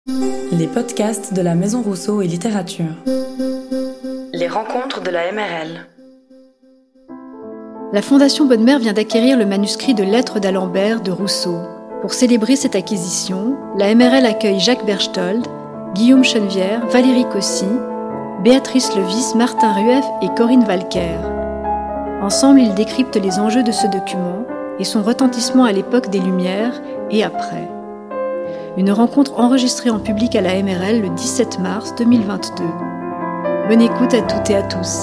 Les podcasts de la Maison Rousseau et Littérature. Les rencontres de la MRL. La Fondation Bonne-Mère vient d'acquérir le manuscrit de Lettres d'Alembert de Rousseau. Pour célébrer cette acquisition, la MRL accueille Jacques Berchtold, Guillaume Chenevière, Valérie Cossy, Béatrice Levis, Martin Rueff et Corinne Walker. Ensemble, ils décryptent les enjeux de ce document et son retentissement à l'époque des Lumières et après. Une rencontre enregistrée en public à la MRL le 17 mars 2022. Bonne écoute à toutes et à tous.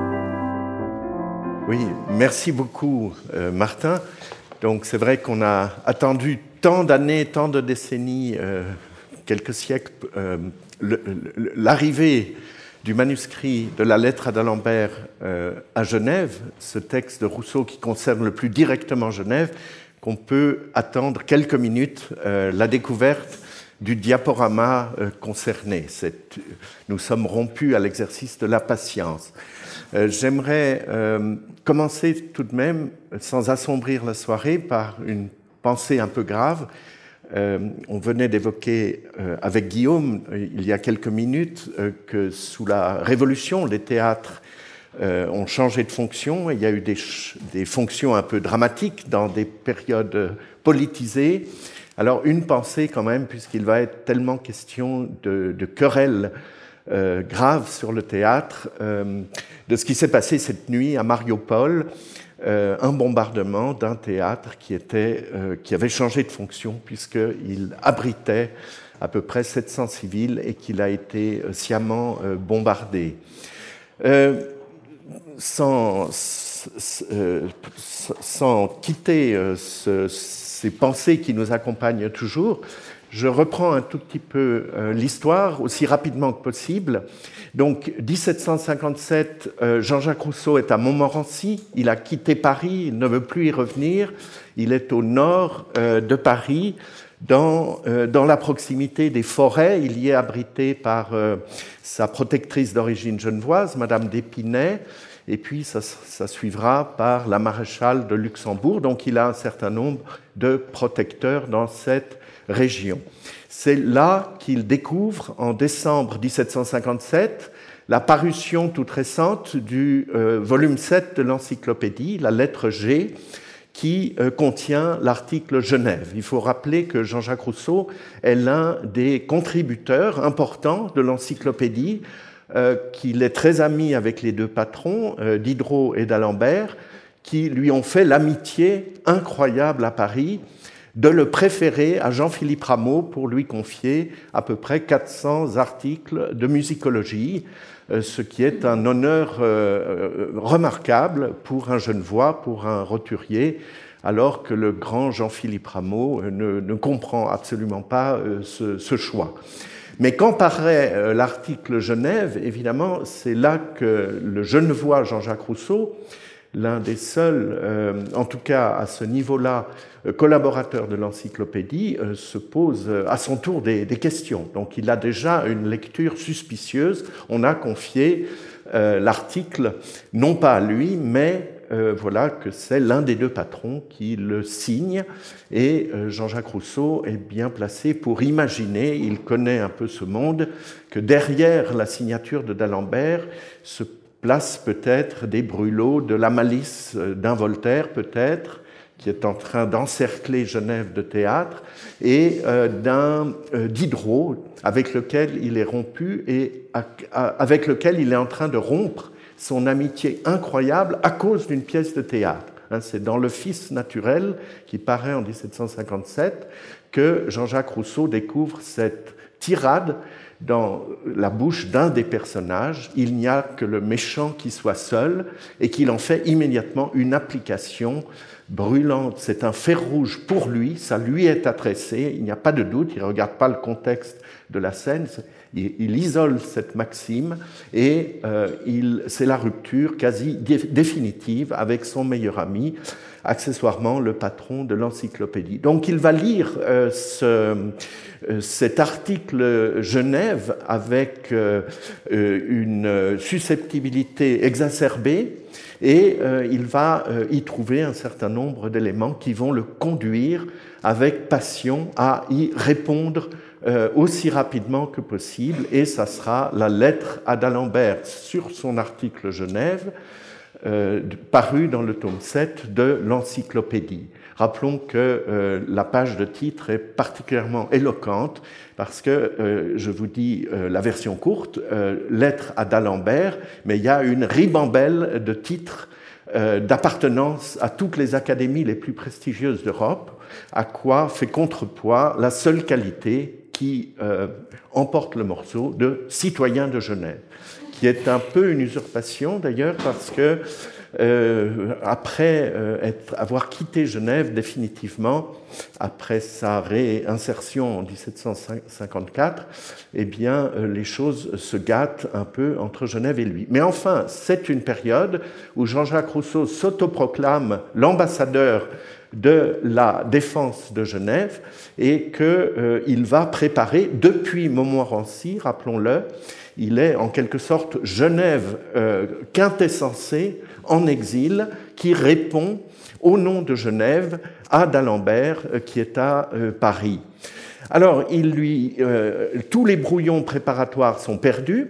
Oui, merci beaucoup Martin. Donc c'est vrai qu'on a attendu tant d'années, tant de décennies, quelques siècles, l'arrivée du manuscrit de la lettre d'Alembert à Genève, ce texte de Rousseau qui concerne le plus directement Genève, qu'on peut attendre quelques minutes la découverte du diaporama concerné. Nous sommes rompus à l'exercice de la patience. J'aimerais commencer tout de même, sans assombrir la soirée, par une pensée un peu grave. On venait d'évoquer avec Guillaume, il y a quelques minutes, que sous la Révolution, les théâtres ont changé de fonction. Il y a eu des fonctions un peu dramatiques dans des périodes politisées. Alors une pensée quand même, puisqu'il va être tellement question de querelles graves sur le théâtre, de ce qui s'est passé cette nuit à Mariupol, un bombardement d'un théâtre qui avait changé de fonction puisqu'il abritait à peu près 700 civils et qu'il a été sciemment bombardé. Sans quitter ces pensées qui nous accompagnent toujours, je reprends un tout petit peu l'histoire aussi rapidement que possible. Donc, 1757, Jean-Jacques Rousseau est à Montmorency. Il a quitté Paris, il ne veut plus y revenir. Il est au nord de Paris, dans la proximité des forêts. Il y est abrité par sa protectrice d'origine genevoise, Madame d'Épinay. Et puis, ça suivra par la maréchale de Luxembourg. Donc, il a un certain nombre de protecteurs dans cette région. C'est là qu'il découvre, en décembre 1757, la parution toute récente du volume 7 de l'encyclopédie, la lettre G, qui contient l'article Genève. Il faut rappeler que Jean-Jacques Rousseau est l'un des contributeurs importants de l'encyclopédie, qu'il est très ami avec les deux patrons, Diderot et d'Alembert, qui lui ont fait l'amitié incroyable à Paris de le préférer à Jean-Philippe Rameau pour lui confier à peu près 400 articles de musicologie, ce qui est un honneur remarquable pour un Genevois, pour un roturier, alors que le grand Jean-Philippe Rameau ne comprend absolument pas ce choix. Mais quand paraît l'article Genève, évidemment, c'est là que le Genevois Jean-Jacques Rousseau, l'un des seuls, en tout cas à ce niveau-là, collaborateur de l'encyclopédie, se pose à son tour des questions. Donc il a déjà une lecture suspicieuse. On a confié l'article, non pas à lui, mais voilà que c'est l'un des deux patrons qui le signe. Et Jean-Jacques Rousseau est bien placé pour imaginer, il connaît un peu ce monde, que derrière la signature de d'Alembert se place peut-être des brûlots, de la malice d'un Voltaire peut-être, qui est en train d'encercler Genève de théâtre, et d'un Diderot avec lequel il est rompu et avec lequel il est en train de rompre son amitié incroyable à cause d'une pièce de théâtre. C'est dans Le Fils naturel, qui paraît en 1757, que Jean-Jacques Rousseau découvre cette tirade dans la bouche d'un des personnages. Il n'y a que le méchant qui soit seul, et qu'il en fait immédiatement une application brûlante. C'est un fer rouge pour lui, ça lui est adressé, il n'y a pas de doute, il ne regarde pas le contexte de la scène, il isole cette maxime et c'est la rupture quasi définitive avec son meilleur ami, accessoirement le patron de l'encyclopédie. Donc il va lire cet article Genève avec une susceptibilité exacerbée, et il va y trouver un certain nombre d'éléments qui vont le conduire avec passion à y répondre aussi rapidement que possible, et ça sera la lettre à d'Alembert sur son article Genève, paru dans le tome 7 de l'encyclopédie. Rappelons que la page de titre est particulièrement éloquente parce que, je vous dis la version courte, lettre à d'Alembert, mais il y a une ribambelle de titres d'appartenance à toutes les académies les plus prestigieuses d'Europe, à quoi fait contrepoids la seule qualité qui emporte le morceau de citoyen de Genève, qui est un peu une usurpation d'ailleurs parce que après avoir quitté Genève définitivement, après sa réinsertion en 1754, eh bien, les choses se gâtent un peu entre Genève et lui. Mais enfin, c'est une période où Jean-Jacques Rousseau s'autoproclame l'ambassadeur de la défense de Genève et qu'il va préparer, depuis Montmorency, rappelons-le, il est en quelque sorte Genève quintessensée en exil qui répond au nom de Genève à d'Alembert qui est à Paris. Alors, tous les brouillons préparatoires sont perdus.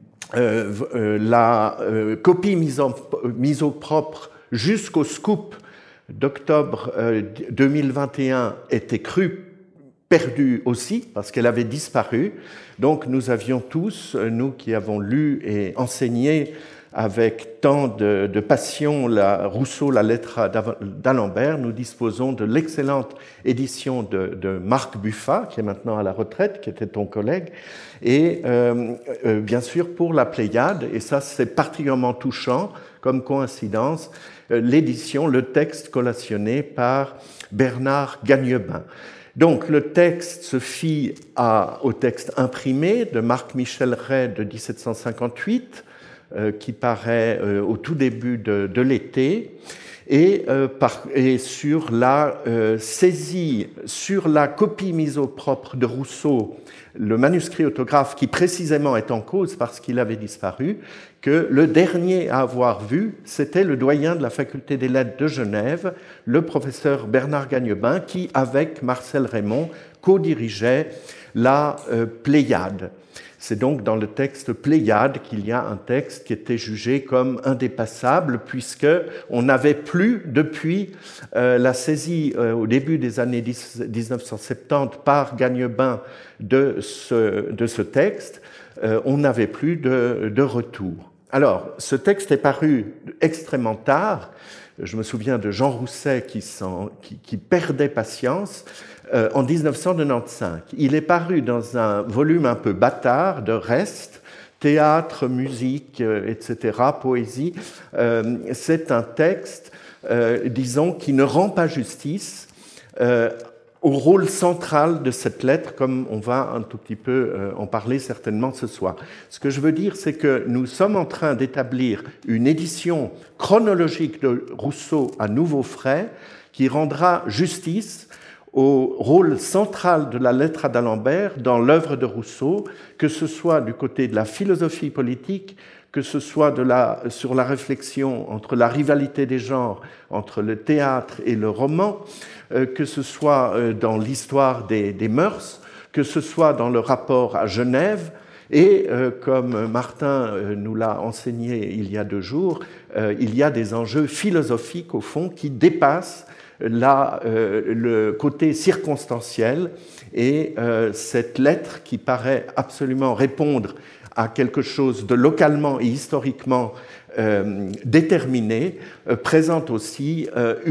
La copie mise au propre jusqu'au scoop d'octobre 2021 était crue perdue aussi, parce qu'elle avait disparu. Donc nous avions tous, nous qui avons lu et enseigné avec tant de passion Rousseau, la lettre d'Alembert, nous disposons de l'excellente édition de Marc Buffat, qui est maintenant à la retraite, qui était ton collègue, et bien sûr pour la Pléiade, et ça c'est particulièrement touchant comme coïncidence, l'édition, le texte collationné par Bernard Gagnebin. Donc le texte se fie au texte imprimé de Marc-Michel Ray de 1758, qui paraît au tout début de l'été, et sur la saisie, sur la copie mise au propre de Rousseau, le manuscrit autographe qui précisément est en cause parce qu'il avait disparu, que le dernier à avoir vu, c'était le doyen de la faculté des lettres de Genève, le professeur Bernard Gagnebin, qui, avec Marcel Raymond, co-dirigeait la Pléiade. C'est donc dans le texte Pléiade qu'il y a un texte qui était jugé comme indépassable, puisqu'on n'avait plus, depuis la saisie au début des années 1970 par Gagnebin de ce texte, on n'avait plus de retour. Alors, ce texte est paru extrêmement tard. Je me souviens de Jean Rousset qui perdait patience en 1995. Il est paru dans un volume un peu bâtard de restes, théâtre, musique, etc., poésie. C'est un texte, disons, qui ne rend pas justice au rôle central de cette lettre, comme on va un tout petit peu en parler certainement ce soir. Ce que je veux dire, c'est que nous sommes en train d'établir une édition chronologique de Rousseau à nouveau frais, qui rendra justice au rôle central de la lettre à d'Alembert dans l'œuvre de Rousseau, que ce soit du côté de la philosophie politique, que ce soit sur la réflexion entre la rivalité des genres, entre le théâtre et le roman, que ce soit dans l'histoire des mœurs, que ce soit dans le rapport à Genève, et comme Martin nous l'a enseigné il y a 2 jours, il y a des enjeux philosophiques au fond qui dépassent le côté circonstanciel, et cette lettre qui paraît absolument répondre à quelque chose de localement et historiquement déterminé, présente aussi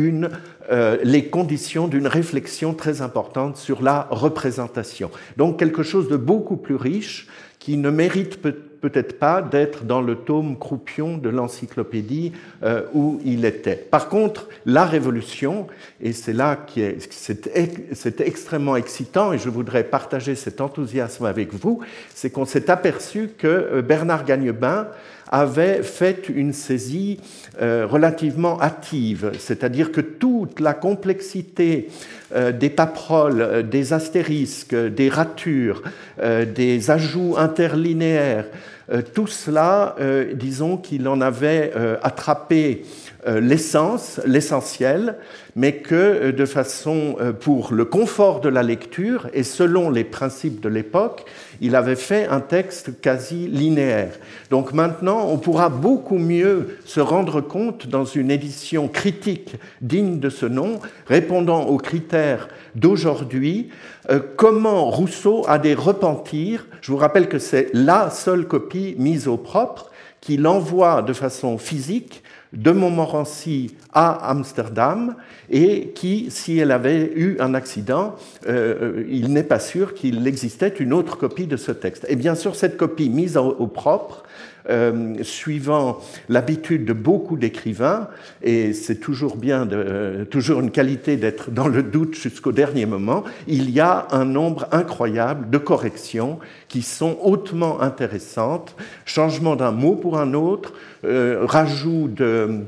les conditions d'une réflexion très importante sur la représentation. Donc quelque chose de beaucoup plus riche qui ne mérite peut-être pas d'être dans le tome croupion de l'encyclopédie où il était. Par contre, la Révolution, et c'est là c'est extrêmement excitant, et je voudrais partager cet enthousiasme avec vous, c'est qu'on s'est aperçu que Bernard Gagnebin avait fait une saisie relativement hâtive, c'est-à-dire que toute la complexité des paperoles, des astérisques, des ratures, des ajouts interlinéaires, tout cela, disons qu'il en avait attrapé l'essence, l'essentiel, mais que de façon, pour le confort de la lecture et selon les principes de l'époque, il avait fait un texte quasi linéaire. Donc maintenant, on pourra beaucoup mieux se rendre compte dans une édition critique digne de ce nom, répondant aux critères d'aujourd'hui, comment Rousseau a des repentirs. Je vous rappelle que c'est la seule copie mise au propre qu'il envoie de façon physique de Montmorency à Amsterdam et qui, si elle avait eu un accident, il n'est pas sûr qu'il existait une autre copie de ce texte. Et bien sûr, cette copie mise au propre, suivant l'habitude de beaucoup d'écrivains, et c'est toujours bien, toujours une qualité d'être dans le doute jusqu'au dernier moment, il y a un nombre incroyable de corrections qui sont hautement intéressantes, changement d'un mot pour un autre, rajout de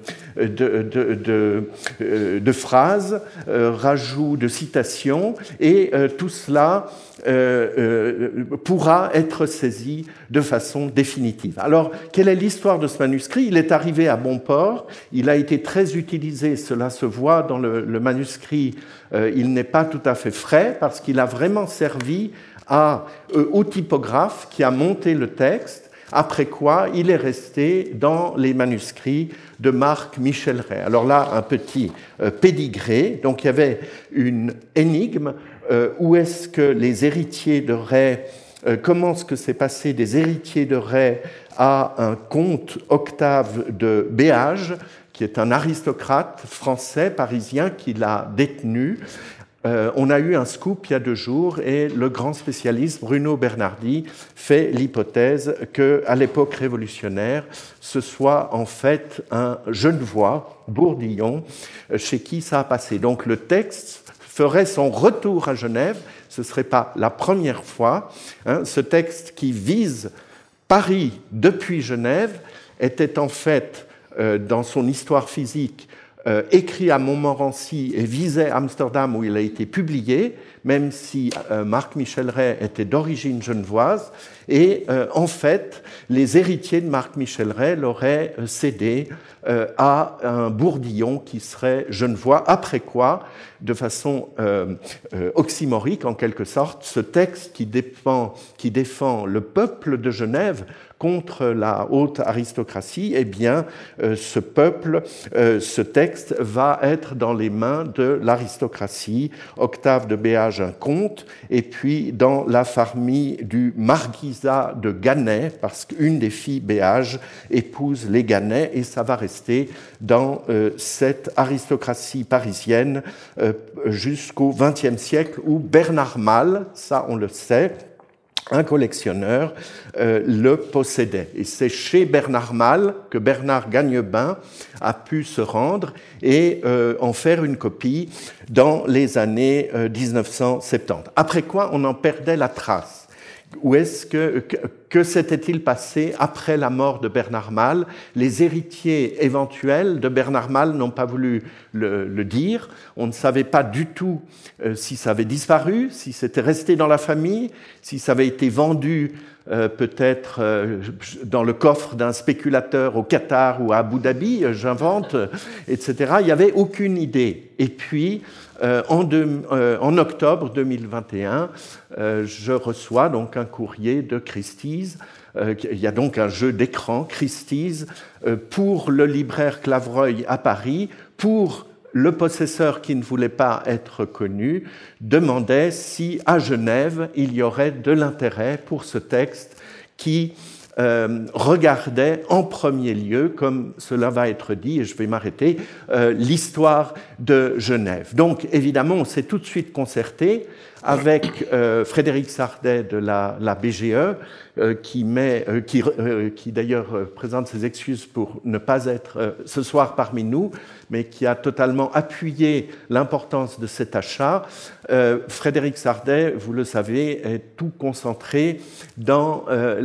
phrases, rajout de citations, et tout cela pourra être saisi de façon définitive. Alors, quelle est l'histoire de ce manuscrit? Il est arrivé à bon port, il a été très utilisé, cela se voit dans le manuscrit, il n'est pas tout à fait frais, parce qu'il a vraiment servi au typographe qui a monté le texte, après quoi il est resté dans les manuscrits de Marc Michel-Rey. Alors là, un petit pédigré, donc il y avait une énigme, où est-ce que les héritiers de Rey, comment est-ce que c'est passé des héritiers de Rey à un comte Octave de Béage, qui est un aristocrate français, parisien, qui l'a détenu. On a eu un scoop il y a 2 jours et le grand spécialiste Bruno Bernardi fait l'hypothèse qu'à l'époque révolutionnaire, ce soit en fait un Genevois, Bourdillon, chez qui ça a passé. Donc le texte ferait son retour à Genève, ce ne serait pas la première fois. Ce texte qui vise Paris depuis Genève était en fait, dans son histoire physique, écrit à Montmorency et visait Amsterdam où il a été publié, même si Marc Michel-Rey était d'origine genevoise. Et en fait, les héritiers de Marc Michel-Rey l'auraient cédé à un Bourdillon qui serait genevois, après quoi, de façon oxymorique en quelque sorte, ce texte qui défend le peuple de Genève contre la haute aristocratie, eh bien, ce texte va être dans les mains de l'aristocratie, Octave de Béage, un comte, et puis dans la famille du marquisat de Ganay, parce qu'une des filles Béage épouse les Ganay, et ça va rester dans cette aristocratie parisienne jusqu'au XXe siècle, où Bernard Malle, ça on le sait, un collectionneur, le possédait. Et c'est chez Bernard Malle que Bernard Gagnebin a pu se rendre et en faire une copie dans les années 1970. Après quoi, on en perdait la trace. Où est-ce que s'était-il passé après la mort de Bernard Malle? Les héritiers éventuels de Bernard Malle n'ont pas voulu le dire. On ne savait pas du tout si ça avait disparu, si c'était resté dans la famille, si ça avait été vendu peut-être dans le coffre d'un spéculateur au Qatar ou à Abu Dhabi, j'invente, etc. Il n'y avait aucune idée. Et puis, en octobre 2021, je reçois donc un courrier de Christie's. Il y a donc un jeu d'écran Christie's pour le libraire Clavreuil à Paris, pour le possesseur qui ne voulait pas être connu, demandait si à Genève il y aurait de l'intérêt pour ce texte qui regardait en premier lieu, comme cela va être dit, et je vais m'arrêter, l'histoire de Genève. Donc évidemment, on s'est tout de suite concerté avec Frédéric Sardet de la BGE, qui d'ailleurs présente ses excuses pour ne pas être ce soir parmi nous, mais qui a totalement appuyé l'importance de cet achat. Frédéric Sardet, vous le savez, est tout concentré dans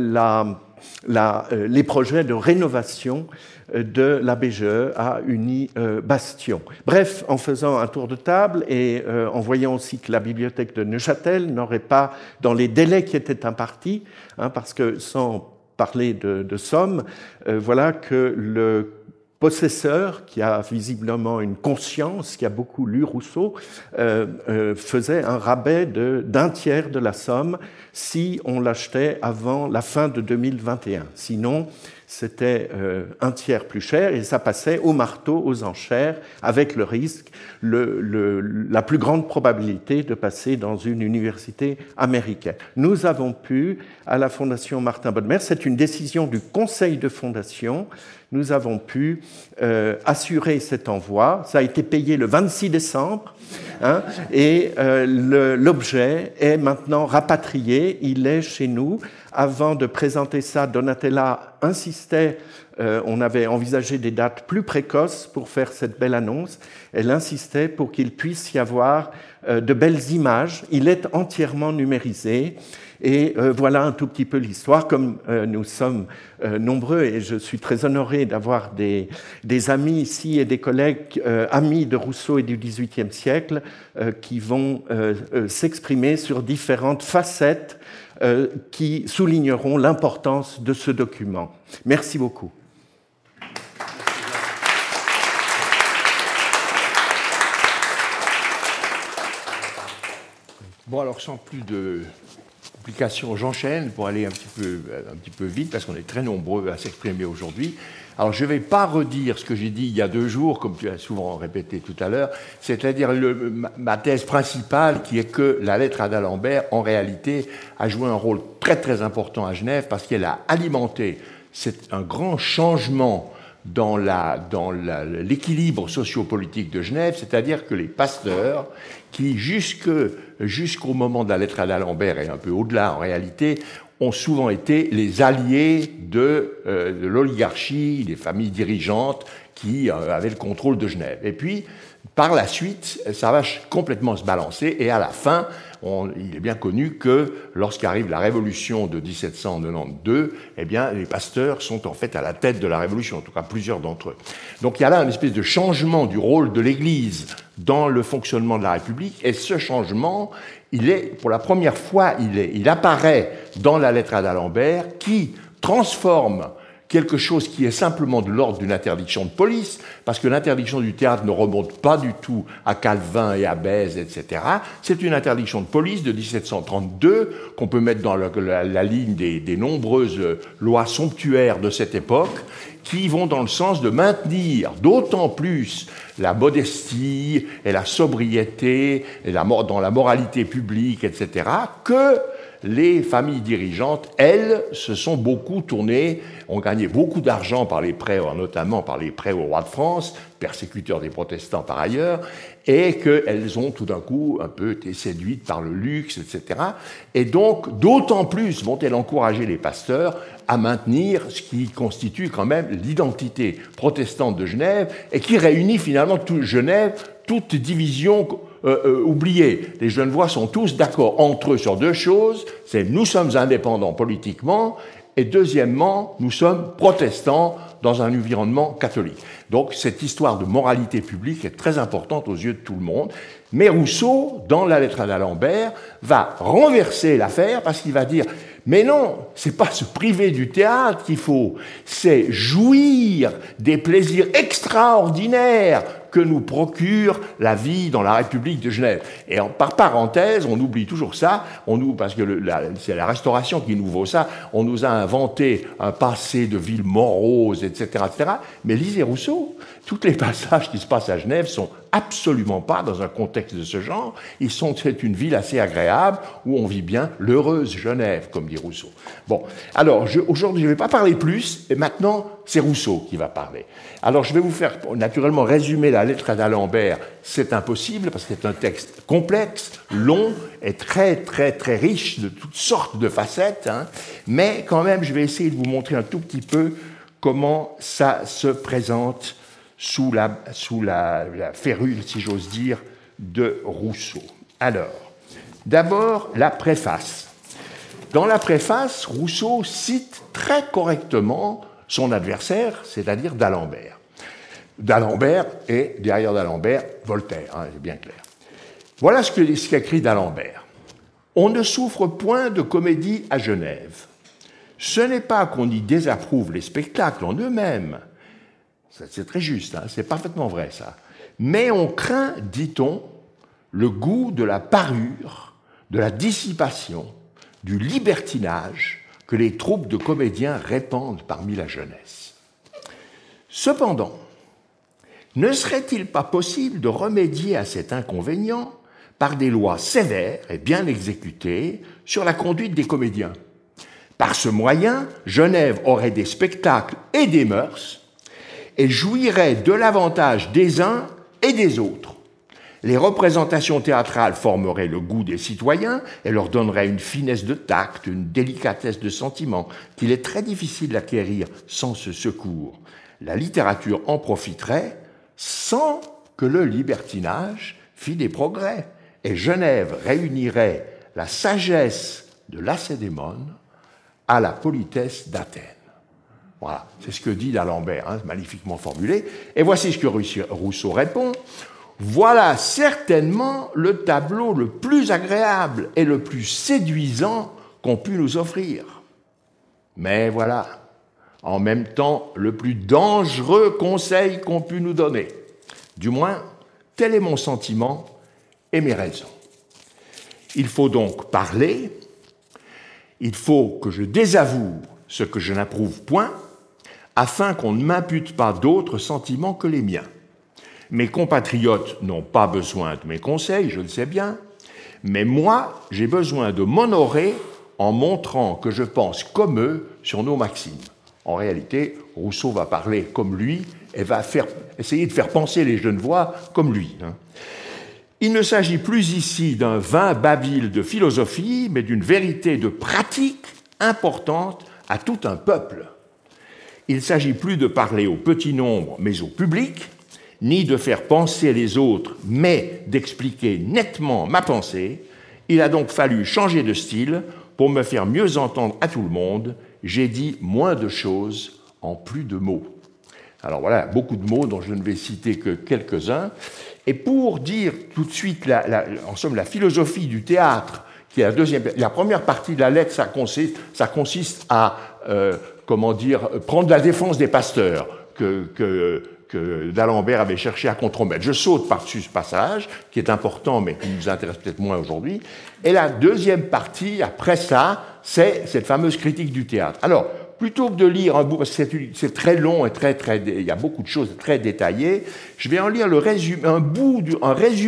les projets de rénovation de la BGE à Uni-Bastion. Bref, en faisant un tour de table et en voyant aussi que la bibliothèque de Neuchâtel n'aurait pas, dans les délais qui étaient impartis, parce que sans parler de somme, voilà que le possesseur, qui a visiblement une conscience, qui a beaucoup lu Rousseau, faisait un rabais d'un tiers de la somme si on l'achetait avant la fin de 2021. Sinon, c'était un tiers plus cher et ça passait au marteau, aux enchères, avec le risque, la plus grande probabilité de passer dans une université américaine. Nous avons pu, à la Fondation Martin Bodmer, c'est une décision du conseil de fondation, nous avons pu assurer cet envoi. Ça a été payé le 26 décembre et l'objet est maintenant rapatrié. Il est chez nous. Avant de présenter ça, Donatella insistait, on avait envisagé des dates plus précoces pour faire cette belle annonce. Elle insistait pour qu'il puisse y avoir de belles images. Il est entièrement numérisé. Et voilà un tout petit peu l'histoire. Comme nous sommes nombreux, et je suis très honoré d'avoir des amis ici et des collègues amis de Rousseau et du XVIIIe siècle qui vont s'exprimer sur différentes facettes qui souligneront l'importance de ce document. Merci beaucoup. Bon, alors sans plus de complications, j'enchaîne pour aller un petit peu vite, parce qu'on est très nombreux à s'exprimer aujourd'hui. Alors, je ne vais pas redire ce que j'ai dit il y a 2 jours, comme tu as souvent répété tout à l'heure, c'est-à-dire ma thèse principale, qui est que la lettre à d'Alembert, en réalité, a joué un rôle très très important à Genève, parce qu'elle a alimenté un grand changement dans l'équilibre sociopolitique de Genève, c'est-à-dire que les pasteurs, qui jusqu'au moment de la lettre à d'Alembert, et un peu au-delà en réalité, ont souvent été les alliés de l'oligarchie, des familles dirigeantes qui avaient le contrôle de Genève. Et puis, par la suite, ça va complètement se balancer, et à la fin, il est bien connu que lorsqu'arrive la révolution de 1792, eh bien, les pasteurs sont en fait à la tête de la révolution, en tout cas plusieurs d'entre eux. Donc il y a là une espèce de changement du rôle de l'Église dans le fonctionnement de la République, et ce changement, pour la première fois, il apparaît dans la lettre à d'Alembert, qui transforme quelque chose qui est simplement de l'ordre d'une interdiction de police, parce que l'interdiction du théâtre ne remonte pas du tout à Calvin et à Bèze, etc. C'est une interdiction de police de 1732 qu'on peut mettre dans la ligne des nombreuses lois somptuaires de cette époque, qui vont dans le sens de maintenir d'autant plus la modestie et la sobriété et dans la moralité publique, etc., que les familles dirigeantes, elles, se sont beaucoup tournées, ont gagné beaucoup d'argent par les prêts, notamment par les prêts au roi de France, persécuteur des protestants par ailleurs, et qu'elles ont tout d'un coup un peu été séduites par le luxe, etc. Et donc, d'autant plus vont-elles encourager les pasteurs à maintenir ce qui constitue quand même l'identité protestante de Genève, et qui réunit finalement Genève, toute division oubliée. Les Genevois sont tous d'accord entre eux sur 2 choses, c'est nous sommes indépendants politiquement, et deuxièmement, nous sommes protestants dans un environnement catholique. Donc cette histoire de moralité publique est très importante aux yeux de tout le monde. Mais Rousseau, dans la lettre à d'Alembert, va renverser l'affaire, parce qu'il va dire « Mais non, c'est pas se priver du théâtre qu'il faut, c'est jouir des plaisirs extraordinaires que nous procure la vie dans la République de Genève. » Et par parenthèse, on oublie toujours ça, parce que c'est la Restauration qui nous vaut ça, on nous a inventé un passé de ville morose, etc., etc. Mais lisez Rousseau, tous les passages qui se passent à Genève sont absolument pas dans un contexte de ce genre. C'est une ville assez agréable où on vit bien l'heureuse Genève, comme dit Rousseau. Bon, alors aujourd'hui je ne vais pas parler plus, et maintenant c'est Rousseau qui va parler. Alors je vais vous faire naturellement résumer la lettre à d'Alembert. C'est impossible parce que c'est un texte complexe, long et très très très riche de toutes sortes de facettes, mais quand même je vais essayer de vous montrer un tout petit peu comment ça se présente sous la férule, si j'ose dire, de Rousseau. Alors, d'abord, la préface. Dans la préface, Rousseau cite très correctement son adversaire, c'est-à-dire d'Alembert. D'Alembert et, derrière d'Alembert, Voltaire, c'est bien clair. Voilà ce qu'écrit d'Alembert. « On ne souffre point de comédie à Genève. Ce n'est pas qu'on y désapprouve les spectacles en eux-mêmes, C'est très juste, hein, c'est parfaitement vrai ça. Mais on craint, dit-on, le goût de la parure, de la dissipation, du libertinage que les troupes de comédiens répandent parmi la jeunesse. Cependant, ne serait-il pas possible de remédier à cet inconvénient par des lois sévères et bien exécutées sur la conduite des comédiens? Par ce moyen, Genève aurait des spectacles et des mœurs et jouirait de l'avantage des uns et des autres. Les représentations théâtrales formeraient le goût des citoyens et leur donneraient une finesse de tact, une délicatesse de sentiment qu'il est très difficile d'acquérir sans ce secours. La littérature en profiterait sans que le libertinage fît des progrès, et Genève réunirait la sagesse de Lacédémone à la politesse d'Athènes. Voilà, c'est ce que dit d'Alembert, hein, magnifiquement formulé. Et voici ce que Rousseau répond. Voilà certainement le tableau le plus agréable et le plus séduisant qu'on pût nous offrir. Mais voilà, en même temps, le plus dangereux conseil qu'on pût nous donner. Du moins, tel est mon sentiment et mes raisons. Il faut donc parler, il faut que je désavoue ce que je n'approuve point, afin qu'on ne m'impute pas d'autres sentiments que les miens. Mes compatriotes n'ont pas besoin de mes conseils, je le sais bien, mais moi, j'ai besoin de m'honorer en montrant que je pense comme eux sur nos maximes. En réalité, Rousseau va parler comme lui et va essayer de faire penser les Genevois comme lui. Il ne s'agit plus ici d'un vain babil de philosophie, mais d'une vérité de pratique importante à tout un peuple. Il ne s'agit plus de parler au petit nombre, mais au public, ni de faire penser les autres, mais d'expliquer nettement ma pensée. Il a donc fallu changer de style pour me faire mieux entendre à tout le monde. J'ai dit moins de choses en plus de mots. Alors voilà, beaucoup de mots dont je ne vais citer que quelques-uns. Et pour dire tout de suite, en somme, la philosophie du théâtre, qui est la première partie de la lettre, ça consiste à prendre la défense des pasteurs que d'Alembert avait cherché à contremettre. Je saute par-dessus ce passage, qui est important, mais qui nous intéresse peut-être moins aujourd'hui. Et la deuxième partie, après ça, c'est cette fameuse critique du théâtre. Alors, plutôt que de lire un bout, parce que c'est très long et il y a beaucoup de choses très détaillées, je vais en lire un bout du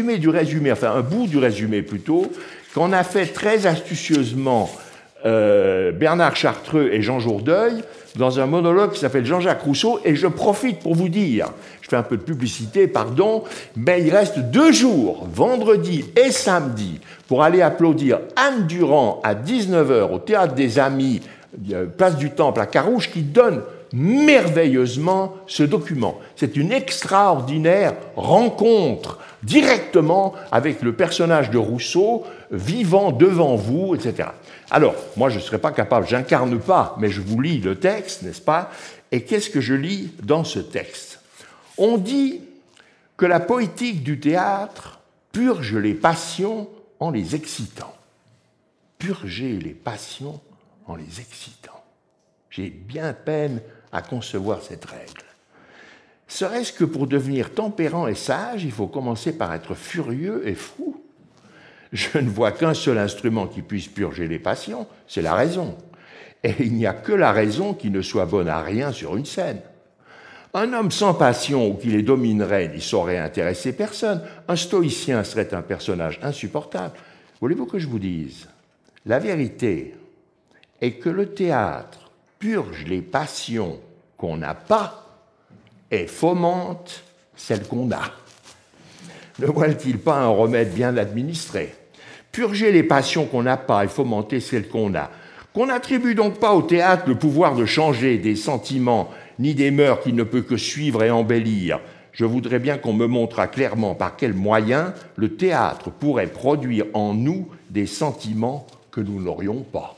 résumé plutôt, qu'on a fait très astucieusement Bernard Chartreux et Jean Jourdeuil dans un monologue qui s'appelle Jean-Jacques Rousseau, et je profite pour vous dire, je fais un peu de publicité, pardon, mais il reste 2 jours, vendredi et samedi, pour aller applaudir Anne Durand à 19h au Théâtre des Amis, place du Temple à Carouge, qui donne merveilleusement ce document. C'est une extraordinaire rencontre directement avec le personnage de Rousseau, vivant devant vous, etc. Alors, moi, je ne serais pas capable, j'incarne pas, mais je vous lis le texte, n'est-ce pas? Et qu'est-ce que je lis dans ce texte? On dit que la poétique du théâtre purge les passions en les excitant. Purger les passions en les excitant. J'ai bien peine à concevoir cette règle. Serait-ce que pour devenir tempérant et sage, il faut commencer par être furieux et fou? Je ne vois qu'un seul instrument qui puisse purger les passions, c'est la raison. Et il n'y a que la raison qui ne soit bonne à rien sur une scène. Un homme sans passion ou qui les dominerait n'y saurait intéresser personne. Un stoïcien serait un personnage insupportable. Voulez-vous que je vous dise? La vérité est que le théâtre purge les passions qu'on n'a pas et fomente celles qu'on a. Ne voilà-t-il pas un remède bien administré? Purger les passions qu'on n'a pas et fomenter celles qu'on a. Qu'on n'attribue donc pas au théâtre le pouvoir de changer des sentiments ni des mœurs qu'il ne peut que suivre et embellir. Je voudrais bien qu'on me montrât clairement par quels moyens le théâtre pourrait produire en nous des sentiments que nous n'aurions pas.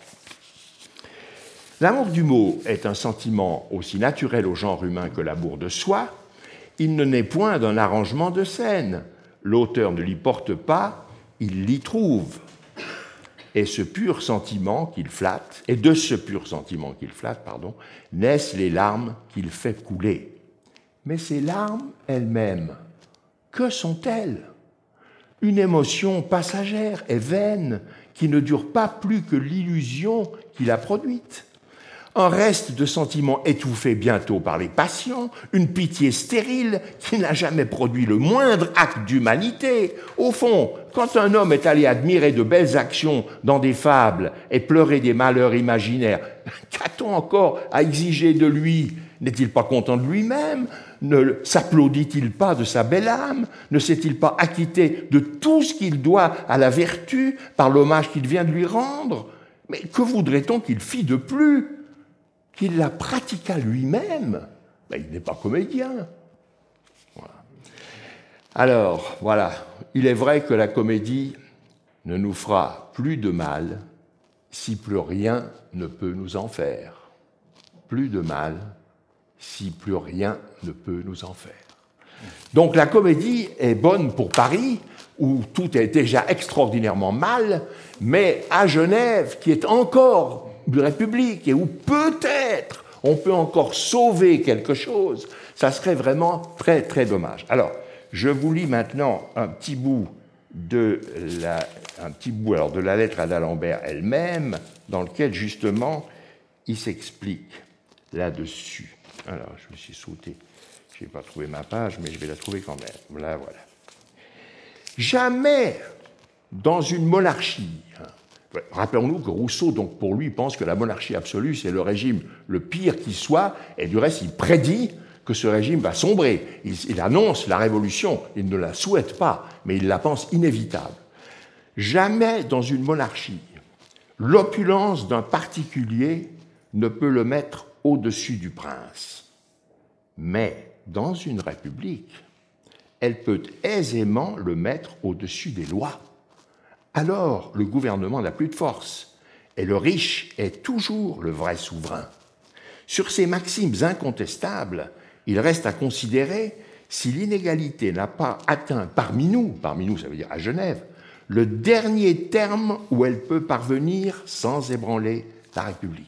L'amour du mot est un sentiment aussi naturel au genre humain que l'amour de soi. Il ne naît point d'un arrangement de scène. L'auteur ne l'y porte pas, il l'y trouve. Et de ce pur sentiment qu'il flatte, naissent les larmes qu'il fait couler. Mais ces larmes elles-mêmes, que sont-elles? Une émotion passagère et vaine qui ne dure pas plus que l'illusion qui l'a produite. Un reste de sentiments étouffés bientôt par les passions, une pitié stérile qui n'a jamais produit le moindre acte d'humanité. Au fond, quand un homme est allé admirer de belles actions dans des fables et pleurer des malheurs imaginaires, qu'a-t-on encore à exiger de lui? N'est-il pas content de lui-même? Ne s'applaudit-il pas de sa belle âme? Ne s'est-il pas acquitté de tout ce qu'il doit à la vertu par l'hommage qu'il vient de lui rendre? Mais que voudrait-on qu'il fît de plus? Qu'il la pratiquât lui-même? Ben, il n'est pas comédien. Voilà. Alors, voilà, il est vrai que la comédie ne nous fera plus de mal si plus rien ne peut nous en faire. Plus de mal si plus rien ne peut nous en faire. Donc la comédie est bonne pour Paris, où tout est déjà extraordinairement mal, mais à Genève, qui est encore une république et où peut-être on peut encore sauver quelque chose, ça serait vraiment très très dommage. Alors, je vous lis maintenant un petit bout de la lettre à d'Alembert elle-même, dans lequel justement il s'explique là-dessus. Alors, je me suis sauté, je n'ai pas trouvé ma page, mais je vais la trouver quand même. Là, voilà. Jamais dans une monarchie, rappelons-nous que Rousseau, donc, pour lui, pense que la monarchie absolue, c'est le régime le pire qui soit, et du reste, il prédit que ce régime va sombrer. Il annonce la révolution, il ne la souhaite pas, mais il la pense inévitable. Jamais dans une monarchie, l'opulence d'un particulier ne peut le mettre au-dessus du prince. Mais dans une république, elle peut aisément le mettre au-dessus des lois. Alors, le gouvernement n'a plus de force, et le riche est toujours le vrai souverain. Sur ces maximes incontestables, il reste à considérer si l'inégalité n'a pas atteint parmi nous, ça veut dire à Genève, le dernier terme où elle peut parvenir sans ébranler la République.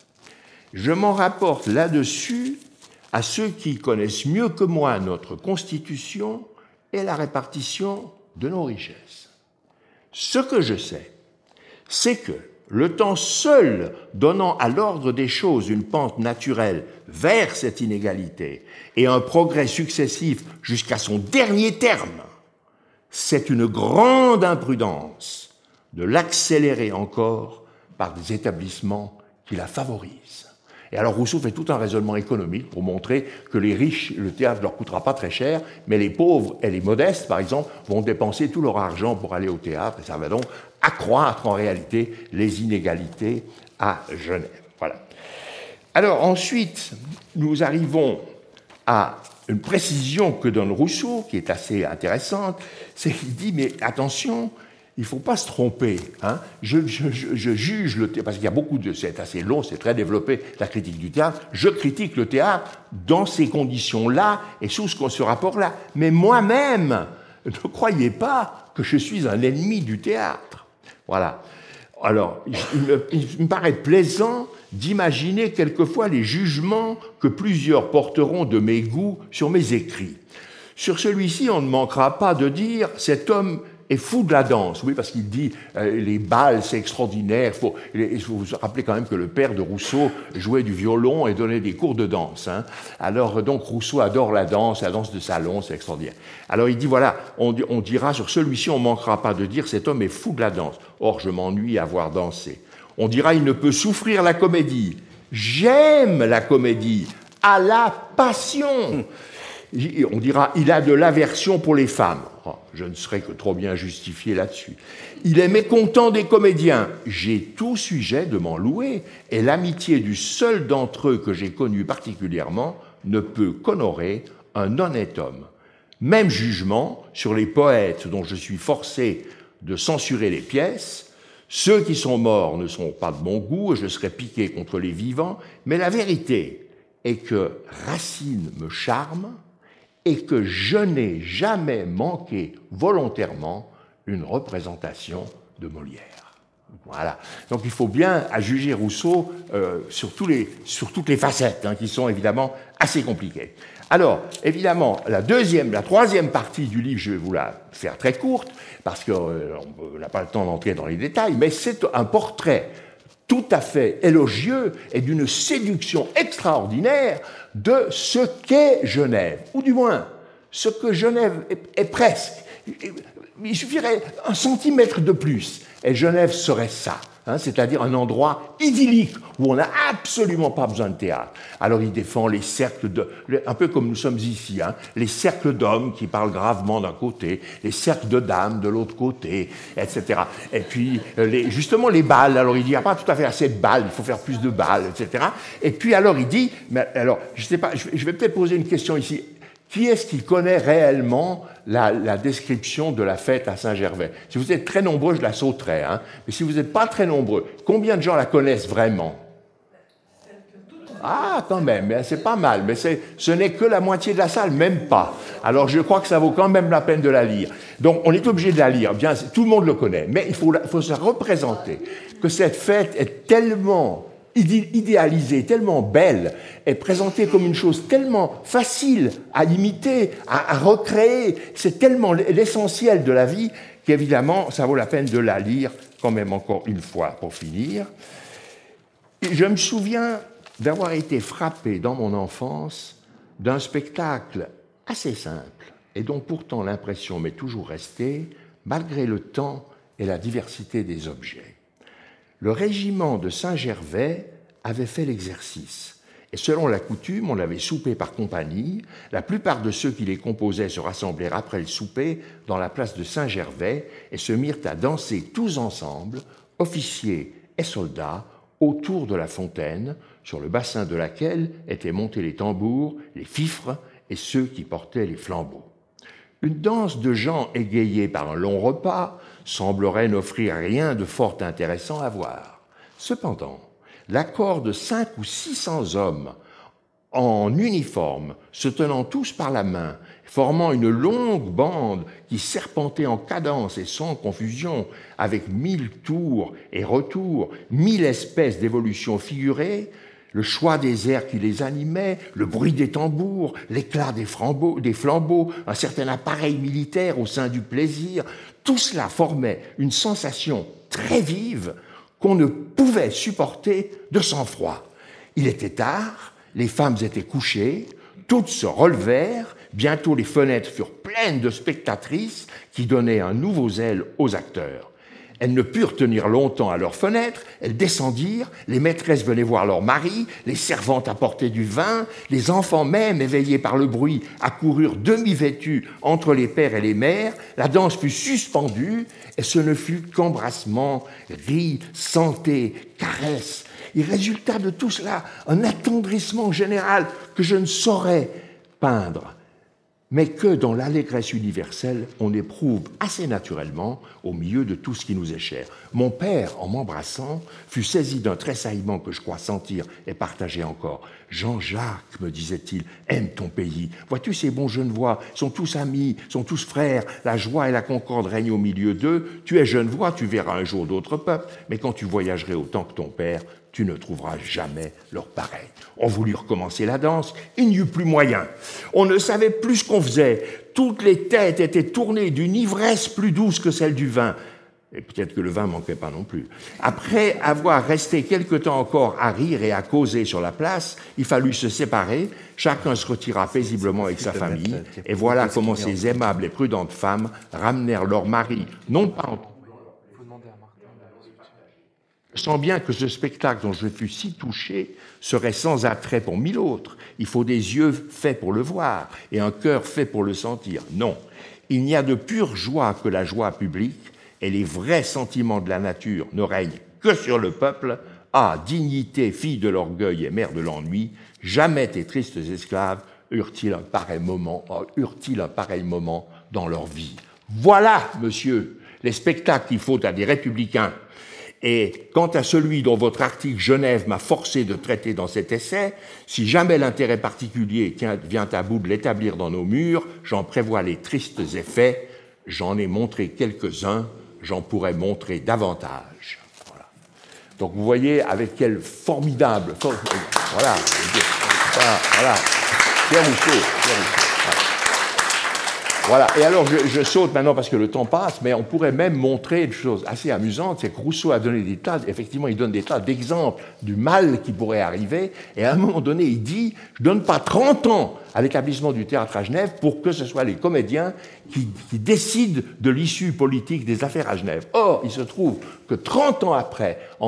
Je m'en rapporte là-dessus à ceux qui connaissent mieux que moi notre Constitution et la répartition de nos richesses. Ce que je sais, c'est que le temps seul donnant à l'ordre des choses une pente naturelle vers cette inégalité et un progrès successif jusqu'à son dernier terme, c'est une grande imprudence de l'accélérer encore par des établissements qui la favorisent. Et alors Rousseau fait tout un raisonnement économique pour montrer que les riches, le théâtre ne leur coûtera pas très cher, mais les pauvres et les modestes, par exemple, vont dépenser tout leur argent pour aller au théâtre, et ça va donc accroître en réalité les inégalités à Genève. Voilà. Alors ensuite, nous arrivons à une précision que donne Rousseau, qui est assez intéressante, c'est qu'il dit, mais attention, il ne faut pas se tromper. Hein. Je juge le théâtre, parce qu'il y a beaucoup de... C'est assez long, c'est très développé, la critique du théâtre. Je critique le théâtre dans ces conditions-là et sous ce rapport-là. Mais moi-même, ne croyez pas que je suis un ennemi du théâtre. Voilà. Alors, il me paraît plaisant d'imaginer quelquefois les jugements que plusieurs porteront de mes goûts sur mes écrits. Sur celui-ci, on ne manquera pas de dire « cet homme est fou de la danse ». Oui, parce qu'il dit les bals, c'est extraordinaire. Il faut vous rappeler quand même que le père de Rousseau jouait du violon et donnait des cours de danse. Hein. Alors, donc, Rousseau adore la danse de salon, c'est extraordinaire. Alors, il dit, voilà, on dira sur celui-ci, on ne manquera pas de dire « cet homme est fou de la danse ». Or, je m'ennuie à voir danser. On dira, il ne peut souffrir la comédie. J'aime la comédie, à la passion. On dira, il a de l'aversion pour les femmes. Oh, je ne serais que trop bien justifié là-dessus. Il est mécontent des comédiens. J'ai tout sujet de m'en louer, et l'amitié du seul d'entre eux que j'ai connu particulièrement ne peut qu'honorer un honnête homme. Même jugement sur les poètes dont je suis forcé de censurer les pièces. Ceux qui sont morts ne sont pas de mon goût, et je serais piqué contre les vivants, mais la vérité est que Racine me charme et que je n'ai jamais manqué volontairement une représentation de Molière. Voilà. Donc il faut bien juger Rousseau sur toutes les facettes, qui sont évidemment assez compliquées. Alors, évidemment, la troisième partie du livre, je vais vous la faire très courte, parce qu'on n'a pas le temps d'entrer dans les détails, mais c'est un portrait tout à fait élogieux et d'une séduction extraordinaire de ce qu'est Genève, ou du moins ce que Genève est presque. Il suffirait 1 centimètre de plus, et Genève serait ça, c'est-à-dire un endroit idyllique où on n'a absolument pas besoin de théâtre. Alors il défend les cercles, un peu comme nous sommes ici, les cercles d'hommes qui parlent gravement d'un côté, les cercles de dames de l'autre côté, etc. Et puis justement les bals, alors il dit il n'y a pas tout à fait assez de bals, il faut faire plus de bals, etc. Et puis alors il dit, mais alors je sais pas, je vais peut-être poser une question ici. Qui est-ce qui connaît réellement la description de la fête à Saint-Gervais? Si vous êtes très nombreux, je la sauterai. Mais si vous n'êtes pas très nombreux, combien de gens la connaissent vraiment? Ah, quand même, c'est pas mal. Mais ce n'est que la moitié de la salle, même pas. Alors je crois que ça vaut quand même la peine de la lire. Donc on est obligé de la lire. Bien, tout le monde le connaît. Mais il faut se représenter que cette fête est tellement idéalisée, tellement belle, est présentée comme une chose tellement facile à imiter, à recréer, c'est tellement l'essentiel de la vie qu'évidemment, ça vaut la peine de la lire quand même encore une fois pour finir. Et je me souviens d'avoir été frappé dans mon enfance d'un spectacle assez simple et dont pourtant l'impression m'est toujours restée, malgré le temps et la diversité des objets. Le régiment de Saint-Gervais avait fait l'exercice, et selon la coutume, on avait soupé par compagnie. La plupart de ceux qui les composaient se rassemblèrent après le souper dans la place de Saint-Gervais et se mirent à danser tous ensemble, officiers et soldats, autour de la fontaine, sur le bassin de laquelle étaient montés les tambours, les fifres et ceux qui portaient les flambeaux. Une danse de gens égayés par un long repas semblerait n'offrir rien de fort intéressant à voir. Cependant, l'accord de 500 ou 600 hommes en uniforme, se tenant tous par la main, formant une longue bande qui serpentait en cadence et sans confusion, avec 1000 tours et retours, 1000 espèces d'évolutions figurées, le choix des airs qui les animaient, le bruit des tambours, l'éclat des flambeaux, un certain appareil militaire au sein du plaisir, tout cela formait une sensation très vive qu'on ne pouvait supporter de sang-froid. Il était tard, les femmes étaient couchées, toutes se relevèrent, bientôt les fenêtres furent pleines de spectatrices qui donnaient un nouveau zèle aux acteurs. Elles ne purent tenir longtemps à leurs fenêtres, elles descendirent, les maîtresses venaient voir leurs maris, les servantes apportaient du vin, les enfants même, éveillés par le bruit, accoururent demi-vêtus entre les pères et les mères, la danse fut suspendue, et ce ne fut qu'embrassements, rires, santé, caresses. Il résulta de tout cela un attendrissement général que je ne saurais peindre, mais que dans l'allégresse universelle, on éprouve assez naturellement au milieu de tout ce qui nous est cher. Mon père, en m'embrassant, fut saisi d'un tressaillement que je crois sentir et partager encore. « Jean-Jacques, me disait-il, aime ton pays. Vois-tu ces bons Genevois, sont tous amis, sont tous frères, la joie et la concorde règnent au milieu d'eux. Tu es Genevois, tu verras un jour d'autres peuples, mais quand tu voyagerais autant que ton père, tu ne trouveras jamais leur pareil. » On voulut recommencer la danse, il n'y eut plus moyen. On ne savait plus ce qu'on faisait. Toutes les têtes étaient tournées d'une ivresse plus douce que celle du vin. Et peut-être que le vin ne manquait pas non plus. Après avoir resté quelque temps encore à rire et à causer sur la place, il fallut se séparer. Chacun se retira paisiblement avec sa famille. Et voilà comment ces aimables et prudentes femmes ramenèrent leurs maris, non pas en... Je sens bien que ce spectacle dont je fus si touché serait sans attrait pour 1000 autres. Il faut des yeux faits pour le voir et un cœur fait pour le sentir. Non, il n'y a de pure joie que la joie publique, et les vrais sentiments de la nature ne règnent que sur le peuple. Ah, dignité, fille de l'orgueil et mère de l'ennui, jamais tes tristes esclaves eurent-ils un pareil moment dans leur vie. Voilà, monsieur, les spectacles qu'il faut à des républicains. Et quant à celui dont votre article Genève m'a forcé de traiter dans cet essai, si jamais l'intérêt particulier vient à bout de l'établir dans nos murs, j'en prévois les tristes effets. J'en ai montré quelques-uns, j'en pourrais montrer davantage. Donc vous voyez avec quel formidable... Voilà. Pierre Rousseau. Voilà, et alors je saute maintenant parce que le temps passe, mais on pourrait même montrer une chose assez amusante, c'est que Rousseau a donné effectivement il donne des tas d'exemples du mal qui pourrait arriver, et à un moment donné il dit, je ne donne pas 30 ans à l'établissement du théâtre à Genève pour que ce soit les comédiens qui décident de l'issue politique des affaires à Genève. Or, il se trouve que 30 ans après, en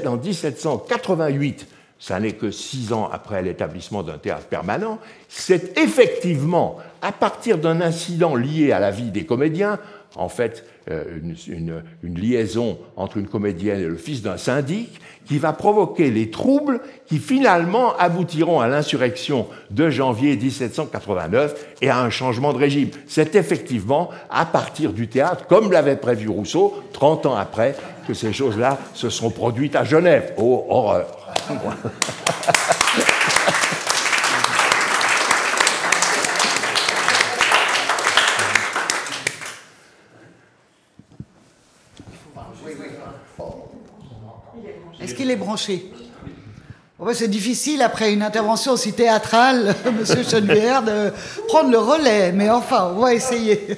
1788, ça n'est que 6 ans après l'établissement d'un théâtre permanent, c'est effectivement, à partir d'un incident lié à la vie des comédiens, en fait, une liaison entre une comédienne et le fils d'un syndic, qui va provoquer les troubles qui finalement aboutiront à l'insurrection de janvier 1789 et à un changement de régime. C'est effectivement à partir du théâtre, comme l'avait prévu Rousseau, 30 ans après, que ces choses-là se sont produites à Genève. Oh, horreur! Est-ce qu'il est branché? C'est difficile, après une intervention aussi théâtrale, Monsieur Chenvière, de prendre le relais, mais enfin, on va essayer.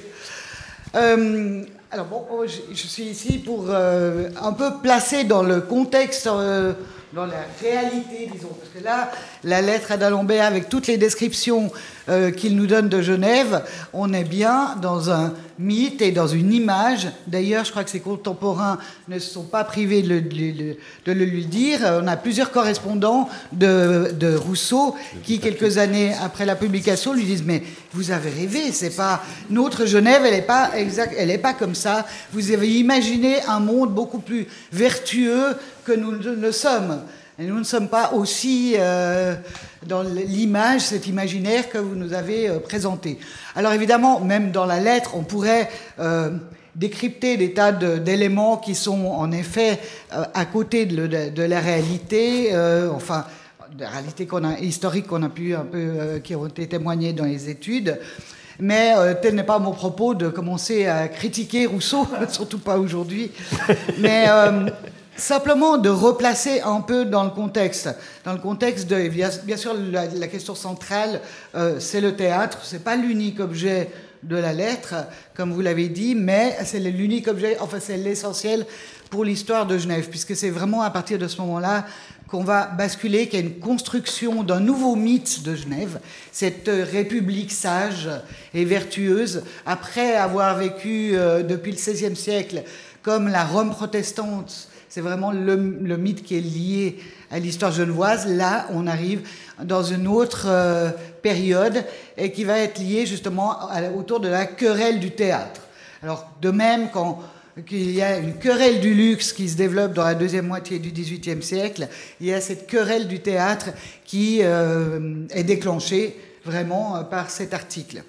Alors bon, je suis ici pour un peu placer dans le contexte, dans la réalité, disons, parce que là, la lettre d'Alembert, avec toutes les descriptions qu'il nous donne de Genève, on est bien dans un mythe et dans une image. D'ailleurs, je crois que ses contemporains ne se sont pas privés de le lui dire. On a plusieurs correspondants de Rousseau qui, quelques années après la publication, lui disent « Mais vous avez rêvé, c'est pas... Notre Genève, elle n'est pas exact, elle n'est pas comme ça. Vous avez imaginé un monde beaucoup plus vertueux que nous le sommes. Et nous ne sommes pas aussi dans l'image, cet imaginaire que vous nous avez présenté. » Alors évidemment, même dans la lettre, on pourrait décrypter des tas d'éléments qui sont en effet à côté de la réalité, enfin, de la réalité historique qu'on a pu un peu, qui ont été témoignées dans les études. Mais tel n'est pas mon propos de commencer à critiquer Rousseau, surtout pas aujourd'hui. Mais simplement de replacer un peu dans le contexte. Dans le contexte de, bien sûr, la question centrale, c'est le théâtre. C'est pas l'unique objet de la lettre, comme vous l'avez dit, mais c'est l'unique objet, enfin c'est l'essentiel pour l'histoire de Genève, puisque c'est vraiment à partir de ce moment-là qu'on va basculer, qu'il y a une construction d'un nouveau mythe de Genève, cette république sage et vertueuse, après avoir vécu depuis le XVIe siècle comme la Rome protestante. C'est vraiment le mythe qui est lié à l'histoire genevoise. Là, on arrive dans une autre période et qui va être liée justement autour de la querelle du théâtre. Alors, de même, qu'il y a une querelle du luxe qui se développe dans la deuxième moitié du XVIIIe siècle, il y a cette querelle du théâtre qui est déclenchée vraiment par cet article.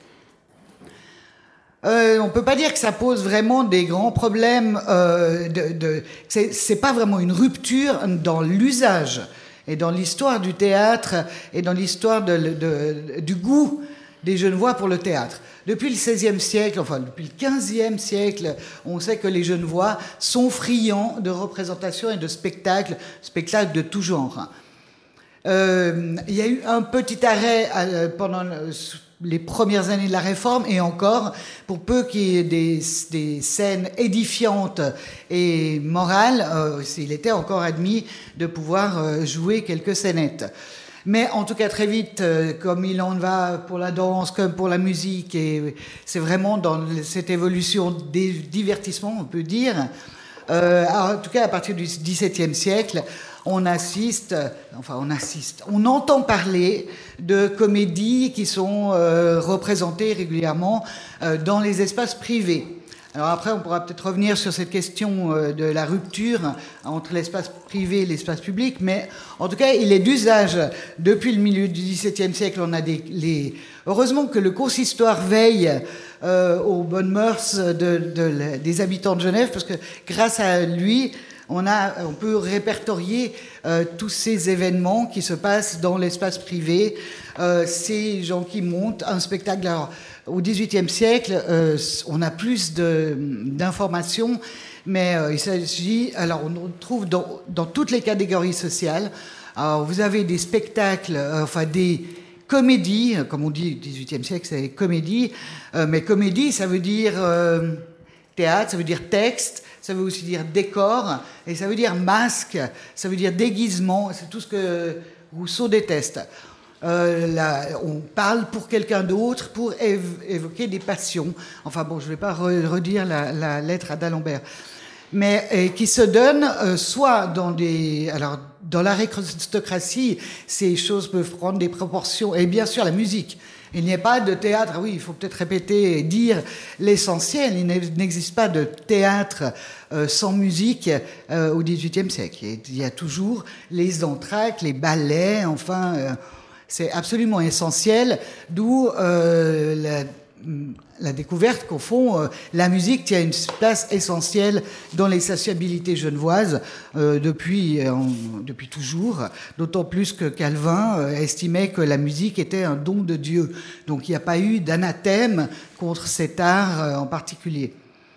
On peut pas dire que ça pose vraiment des grands problèmes. C'est pas vraiment une rupture dans l'usage et dans l'histoire du théâtre et dans l'histoire du goût des Genevois pour le théâtre. Depuis le XVIe siècle, enfin depuis le XVe siècle, on sait que les Genevois sont friands de représentations et de spectacles de tout genre. Il y a eu un petit arrêt pendant les premières années de la Réforme, et encore, pour peu qu'il y ait des scènes édifiantes et morales, il était encore admis de pouvoir jouer quelques scénettes. Mais en tout cas, très vite, comme il en va pour la danse, comme pour la musique, et c'est vraiment dans cette évolution des divertissements, on peut dire, en tout cas à partir du XVIIe siècle, on entend parler de comédies qui sont représentées régulièrement dans les espaces privés. Alors après, on pourra peut-être revenir sur cette question de la rupture entre l'espace privé et l'espace public, mais en tout cas, il est d'usage depuis le milieu du XVIIe siècle. On a heureusement que le consistoire veille aux bonnes mœurs des habitants de Genève, parce que grâce à lui, on peut répertorier tous ces événements qui se passent dans l'espace privé, ces gens qui montent un spectacle. Alors, au XVIIIe siècle, on a plus d'informations mais il s'agit... Alors, on trouve dans toutes les catégories sociales. Alors, vous avez des spectacles, des comédies, comme on dit au XVIIIe siècle, c'est comédie, mais comédie, ça veut dire théâtre, ça veut dire texte, ça veut aussi dire décor, et ça veut dire masque, ça veut dire déguisement, c'est tout ce que Rousseau déteste. On parle pour quelqu'un d'autre, pour évoquer des passions. Enfin bon, je ne vais pas redire la lettre à d'Alembert. Mais qui se donne soit dans l'aristocratie, ces choses peuvent prendre des proportions, et bien sûr la musique. Il n'y a pas de théâtre, oui, il faut peut-être répéter et dire l'essentiel, il n'existe pas de théâtre sans musique au XVIIIe siècle. Il y a toujours les entr'actes, les ballets, c'est absolument essentiel, d'où la découverte qu'au fond, la musique tient une place essentielle dans les sociabilités genevoises depuis toujours, d'autant plus que Calvin estimait que la musique était un don de Dieu. Donc il n'y a pas eu d'anathème contre cet art en particulier.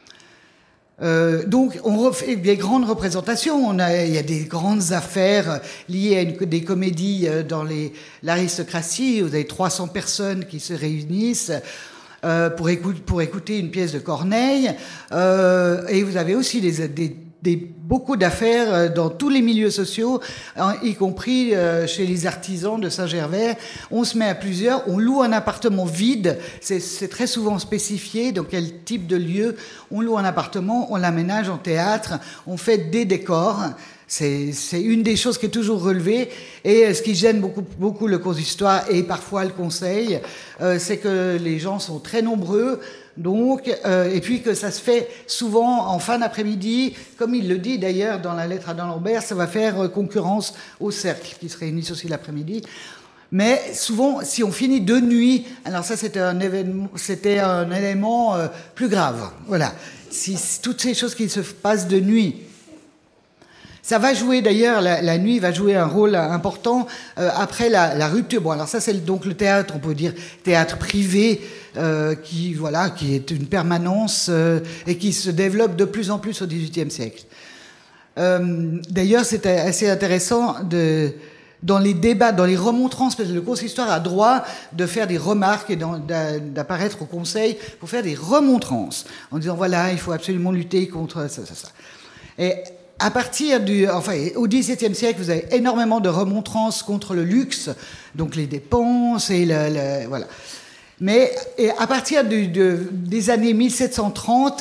Donc on fait des grandes représentations, il y a des grandes affaires liées à des comédies dans l'aristocratie, vous avez 300 personnes qui se réunissent pour écouter une pièce de Corneille, et vous avez aussi beaucoup d'affaires dans tous les milieux sociaux, y compris chez les artisans de Saint-Gervais. On se met à plusieurs, on loue un appartement vide, c'est très souvent spécifié dans quel type de lieu. On loue un appartement, on l'aménage en théâtre, on fait des décors. C'est une des choses qui est toujours relevée, et ce qui gêne beaucoup le consistoire et parfois le conseil, c'est que les gens sont très nombreux, donc, et puis que ça se fait souvent en fin d'après-midi, comme il le dit d'ailleurs dans la lettre à d'Alembert, ça va faire concurrence au cercle qui se réunissent aussi l'après-midi. Mais souvent, si on finit de nuit, alors ça c'était un élément plus grave. Voilà, si toutes ces choses qui se passent de nuit. Ça va jouer d'ailleurs, la nuit va jouer un rôle important après la rupture. Bon, alors ça c'est donc le théâtre, on peut dire théâtre privé, qui est une permanence et qui se développe de plus en plus au XVIIIe siècle. D'ailleurs, c'est assez intéressant dans les débats, dans les remontrances, parce que le consistoire a droit de faire des remarques et d'apparaître au conseil pour faire des remontrances, en disant voilà, il faut absolument lutter contre ça. Et à partir au XVIIe siècle, vous avez énormément de remontrances contre le luxe, donc les dépenses et voilà. Mais à partir des années 1730,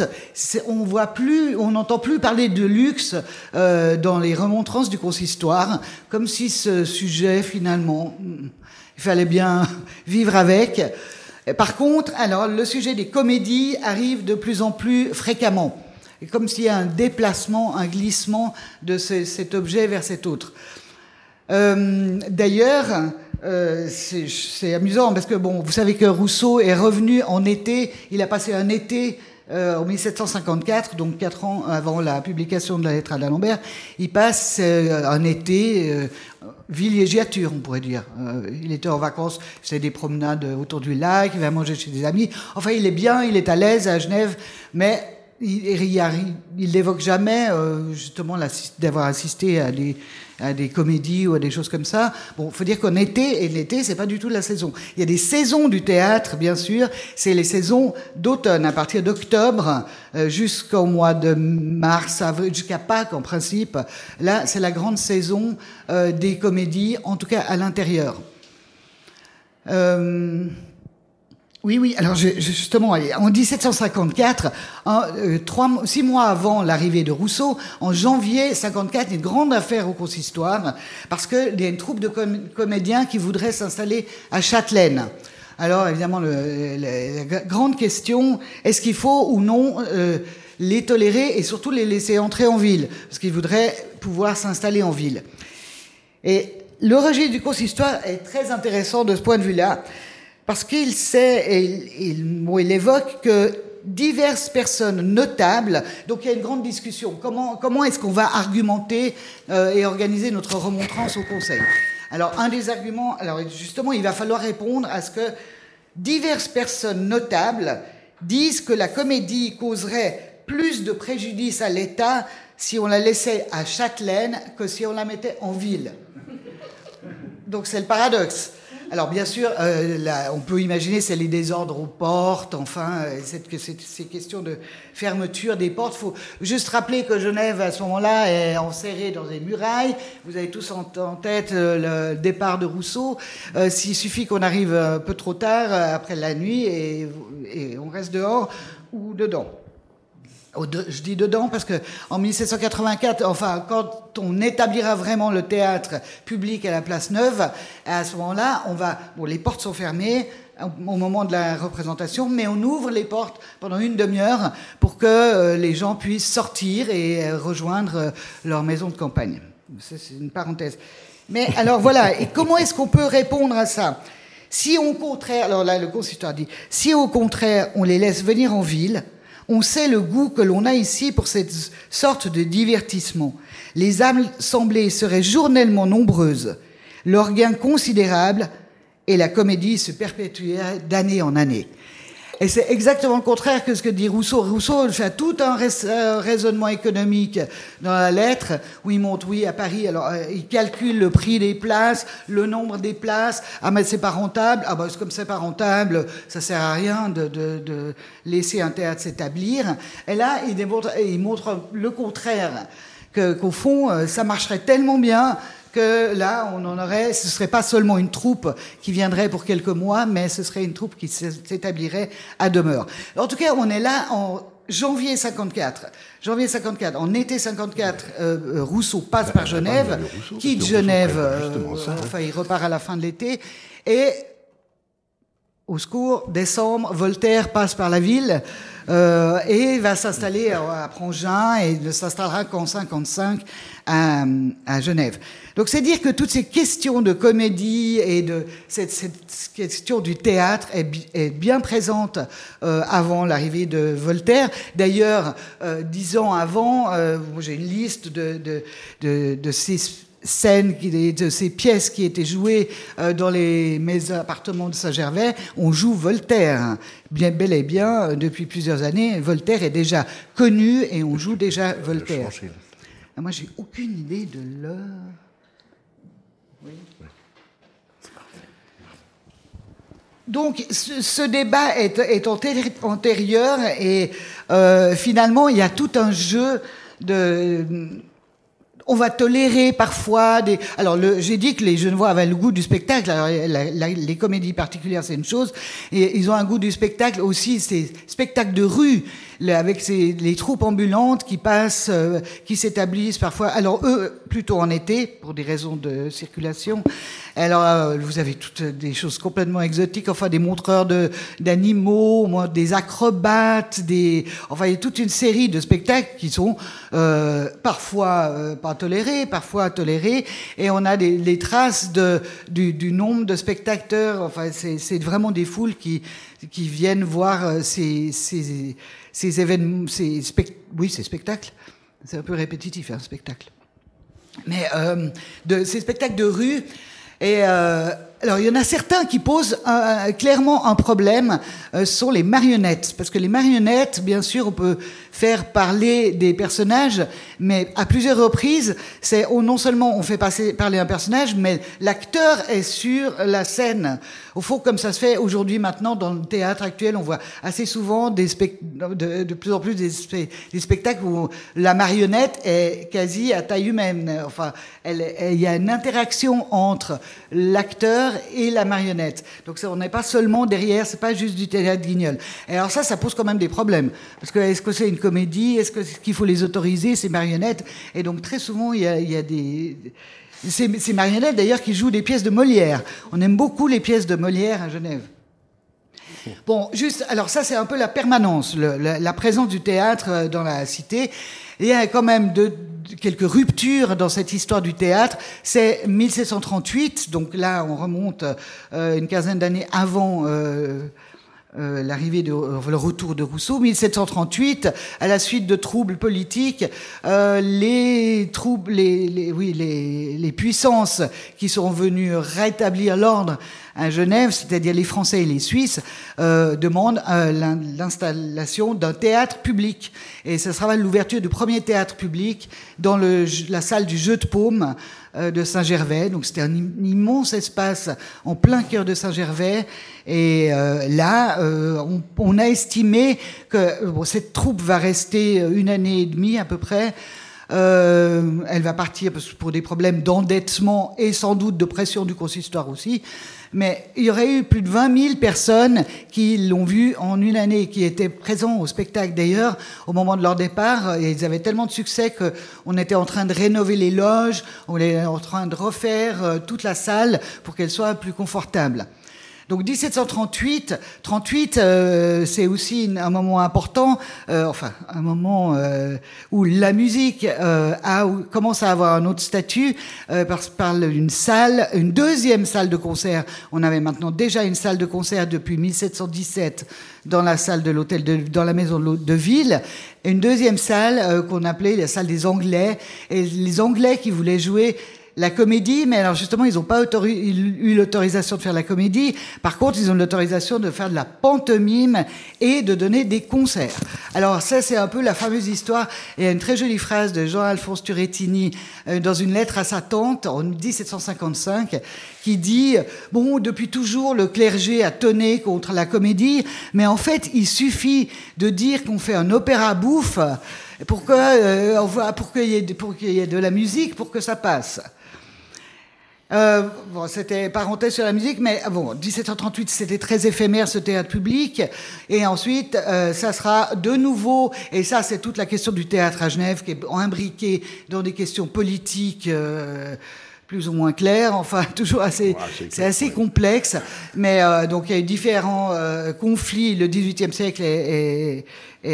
on n'entend plus parler de luxe dans les remontrances du consistoire, comme si ce sujet, finalement, il fallait bien vivre avec. Par contre, alors, le sujet des comédies arrive de plus en plus fréquemment. Et comme s'il y a un déplacement, un glissement de cet objet vers cet autre. D'ailleurs, c'est amusant parce que vous savez que Rousseau est revenu en été. Il a passé un été en 1754, donc 4 ans avant la publication de la lettre à d'Alembert. Il passe un été villégiature, on pourrait dire. Il était en vacances, il faisait des promenades autour du lac, il va manger chez des amis. Enfin, il est bien, il est à l'aise à Genève, mais il n'évoque jamais justement d'avoir assisté à des comédies ou à des choses comme ça. Bon, il faut dire qu'en été, et l'été, c'est pas du tout la saison. Il y a des saisons du théâtre, bien sûr, c'est les saisons d'automne, à partir d'octobre jusqu'au mois de mars, avril, jusqu'à Pâques en principe. Là, c'est la grande saison des comédies, en tout cas à l'intérieur. Oui. Alors justement, en 1754, 6 mois avant l'arrivée de Rousseau, en janvier 54, une grande affaire au consistoire, parce qu'il y a une troupe de comédiens qui voudraient s'installer à Châtelaine. Alors évidemment, la grande question, est-ce qu'il faut ou non les tolérer et surtout les laisser entrer en ville, parce qu'ils voudraient pouvoir s'installer en ville. Et le registre du consistoire est très intéressant de ce point de vue-là, parce qu'il sait, et il évoque que diverses personnes notables, donc il y a une grande discussion, comment est-ce qu'on va argumenter et organiser notre remontrance au Conseil. Alors un des arguments, justement il va falloir répondre à ce que diverses personnes notables disent que la comédie causerait plus de préjudice à l'État si on la laissait à Châtelaine que si on la mettait en ville. Donc c'est le paradoxe. Alors bien sûr, on peut imaginer c'est les désordres aux portes, enfin, ces questions de fermeture des portes. Il faut juste rappeler que Genève, à ce moment-là, est enserrée dans des murailles. Vous avez tous en tête le départ de Rousseau. S'il suffit qu'on arrive un peu trop tard, après la nuit, et on reste dehors ou dedans. Je dis dedans parce que en 1784, enfin, quand on établira vraiment le théâtre public à la Place Neuve, à ce moment-là, les portes sont fermées au moment de la représentation, mais on ouvre les portes pendant une demi-heure pour que les gens puissent sortir et rejoindre leur maison de campagne. Ça, c'est une parenthèse. Mais alors voilà, et comment est-ce qu'on peut répondre à ça ? Si au contraire, alors là, le consistoire dit, si au contraire, on les laisse venir en ville, on sait le goût que l'on a ici pour cette sorte de divertissement. Les assemblées seraient journellement nombreuses, leur gain considérable, et la comédie se perpétuerait d'année en année. Et c'est exactement le contraire que ce que dit Rousseau. Rousseau fait tout un raisonnement économique dans la lettre où il montre, oui, à Paris, alors il calcule le prix des places, le nombre des places. Ah, mais c'est pas rentable. Ah, bah, comme c'est pas rentable, ça sert à rien de laisser un théâtre s'établir. Et là, il montre le contraire, qu'au fond, ça marcherait tellement bien que là, ce serait pas seulement une troupe qui viendrait pour quelques mois, mais ce serait une troupe qui s'établirait à demeure. En tout cas, on est là en janvier 54. En été 54, Rousseau passe par Genève, quitte Genève, il repart à la fin de l'été, et au secours, décembre, Voltaire passe par la ville et va s'installer à Prangin et ne s'installera qu'en 55 à Genève. Donc c'est dire que toutes ces questions de comédie et de cette question du théâtre est bien présente avant l'arrivée de Voltaire. D'ailleurs, 10 ans avant, j'ai une liste de ces scènes, de ces pièces qui étaient jouées dans les appartements de Saint-Gervais. On joue Voltaire, bien bel et bien depuis plusieurs années. Voltaire est déjà connu et on joue déjà Voltaire. Moi, j'ai aucune idée de l'heure. Oui. Donc, ce débat est antérieur et finalement, il y a tout un jeu de... On va tolérer parfois des... Alors, j'ai dit que les Genevois avaient le goût du spectacle. Alors, les comédies particulières, c'est une chose. Et ils ont un goût du spectacle aussi, ces spectacles de rue, avec les troupes ambulantes qui passent, qui s'établissent parfois. Alors, eux, plutôt en été, pour des raisons de circulation. Alors, vous avez toutes des choses complètement exotiques, enfin, des montreurs d'animaux, des acrobates, enfin, il y a toute une série de spectacles qui sont parfois pas tolérés, parfois tolérés, et on a les traces du nombre de spectateurs. Enfin, c'est vraiment des foules qui viennent voir ces événements, ces spectacles. C'est un peu répétitif, un spectacle. Mais ces spectacles de rue. Et alors, il y en a certains qui posent clairement un problème, sont les marionnettes. Parce que les marionnettes, bien sûr, on peut faire parler des personnages, mais à plusieurs reprises, non seulement on fait parler un personnage, mais l'acteur est sur la scène. Au fond, comme ça se fait aujourd'hui maintenant dans le théâtre actuel, on voit assez souvent de plus en plus des spectacles où la marionnette est quasi à taille humaine. Enfin, il y a une interaction entre l'acteur et la marionnette. Donc on n'est pas seulement derrière, c'est pas juste du théâtre guignol. Et alors ça pose quand même des problèmes. Parce que est-ce que c'est une comédie? Est-ce qu'il faut les autoriser, ces marionnettes? Et donc très souvent, il y a des... Ces marionnettes, d'ailleurs, qui jouent des pièces de Molière. On aime beaucoup les pièces de Molière à Genève. Bon, alors ça, c'est un peu la permanence, la présence du théâtre dans la cité. Il y a quand même quelques ruptures dans cette histoire du théâtre. C'est 1738, donc là, on remonte une quinzaine d'années avant... le retour de Rousseau, 1738, à la suite de troubles politiques, les puissances qui sont venues rétablir l'ordre à Genève, c'est-à-dire les Français et les Suisses, demandent l'installation d'un théâtre public. Et ce sera l'ouverture du premier théâtre public dans la salle du Jeu de Paume de Saint-Gervais. Donc c'était un immense espace en plein cœur de Saint-Gervais. Et là, on a estimé que cette troupe va rester 1 année et demie à peu près. Elle va partir pour des problèmes d'endettement et sans doute de pression du consistoire aussi. Mais il y aurait eu plus de 20 000 personnes qui l'ont vu en 1 année, qui étaient présents au spectacle d'ailleurs au moment de leur départ. Et ils avaient tellement de succès qu'on était en train de rénover les loges, on était en train de refaire toute la salle pour qu'elle soit plus confortable. Donc 1738, c'est aussi un moment important, un moment où la musique commence à avoir un autre statut, par une deuxième salle de concert. On avait maintenant déjà une salle de concert depuis 1717 dans la salle de l'hôtel dans la maison de ville, et une deuxième salle qu'on appelait la salle des Anglais, et les Anglais qui voulaient jouer la comédie, mais alors justement, ils n'ont pas eu l'autorisation de faire la comédie. Par contre, ils ont l'autorisation de faire de la pantomime et de donner des concerts. Alors ça, c'est un peu la fameuse histoire. Il y a une très jolie phrase de Jean-Alphonse Turrettini dans une lettre à sa tante en 1755 qui dit « Bon, depuis toujours, le clergé a tonné contre la comédie, mais en fait, il suffit de dire qu'on fait un opéra bouffe pour qu'il y ait de la musique, pour que ça passe. » C'était parenthèse sur la musique, mais 1738, c'était très éphémère ce théâtre public, et ensuite ça sera de nouveau, et ça c'est toute la question du théâtre à Genève qui est imbriquée dans des questions politiques plus ou moins claires, enfin toujours c'est assez complexe, mais donc il y a eu différents conflits. Le XVIIIe siècle est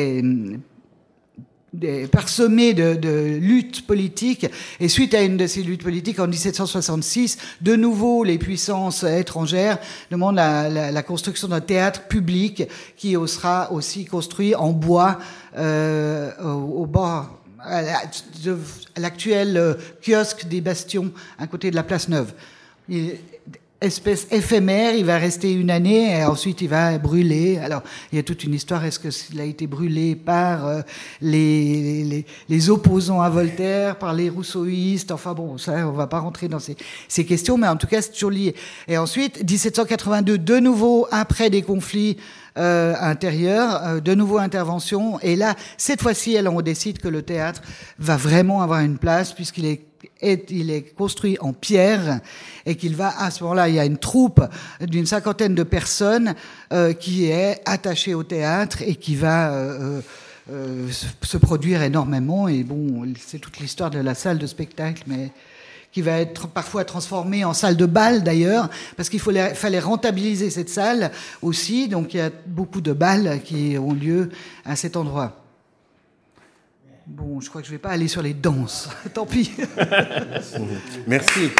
parsemé de luttes politiques, et suite à une de ces luttes politiques, en 1766, de nouveau les puissances étrangères demandent la construction d'un théâtre public qui sera aussi construit en bois au bord, à l'actuel kiosque des Bastions à côté de la place Neuve. Espèce éphémère, il va rester 1 année et ensuite il va brûler. Alors, il y a toute une histoire. Est-ce qu'il a été brûlé par les opposants à Voltaire, par les rousseauistes? Enfin bon, ça, on va pas rentrer dans ces questions, mais en tout cas, c'est toujours lié. Et ensuite, 1782, de nouveau, après des conflits intérieurs, de nouveau intervention. Et là, cette fois-ci, on décide que le théâtre va vraiment avoir une place puisqu'il est construit en pierre, et qu'il va, à ce moment-là, il y a une troupe d'une 50aine de personnes qui est attachée au théâtre et qui va se produire énormément. Et bon, c'est toute l'histoire de la salle de spectacle, mais qui va être parfois transformée en salle de bal d'ailleurs, parce qu'il fallait rentabiliser cette salle aussi. Donc il y a beaucoup de bals qui ont lieu à cet endroit. Bon, je crois que je ne vais pas aller sur les danses. Tant pis. Merci.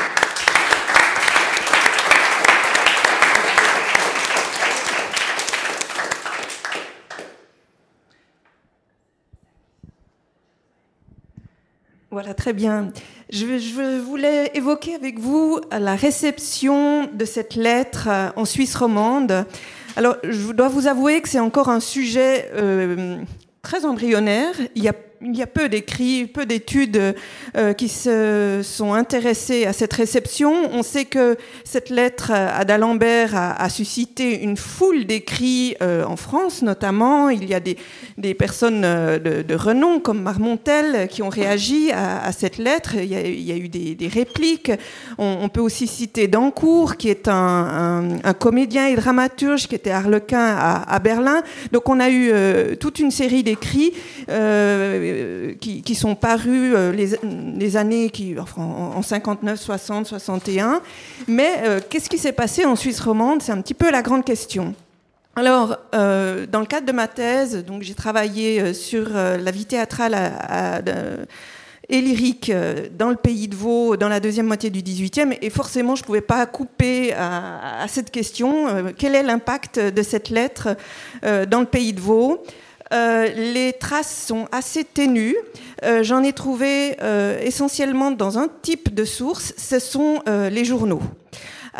Voilà, très bien. Je voulais évoquer avec vous la réception de cette lettre en Suisse romande. Alors, je dois vous avouer que c'est encore un sujet très embryonnaire. Il y a peu d'écrits, peu d'études qui se sont intéressées à cette réception. On sait que cette lettre à d'Alembert a suscité une foule d'écrits en France, notamment. Il y a des personnes de renom, comme Marmontel, qui ont réagi à cette lettre. Il y a eu des répliques. On peut aussi citer Dancourt, qui est un comédien et dramaturge qui était arlequin à Berlin. Donc on a eu toute une série d'écrits qui sont parus les années en 59, 60, 61. Mais qu'est-ce qui s'est passé en Suisse romande? C'est un petit peu la grande question. Alors, dans le cadre de ma thèse, donc, j'ai travaillé sur la vie théâtrale et lyrique dans le Pays de Vaud, dans la deuxième moitié du XVIIIe, et forcément, je ne pouvais pas couper à cette question. Quel est l'impact de cette lettre dans le Pays de Vaud? Les traces sont assez ténues. J'en ai trouvé essentiellement dans un type de source, ce sont les journaux.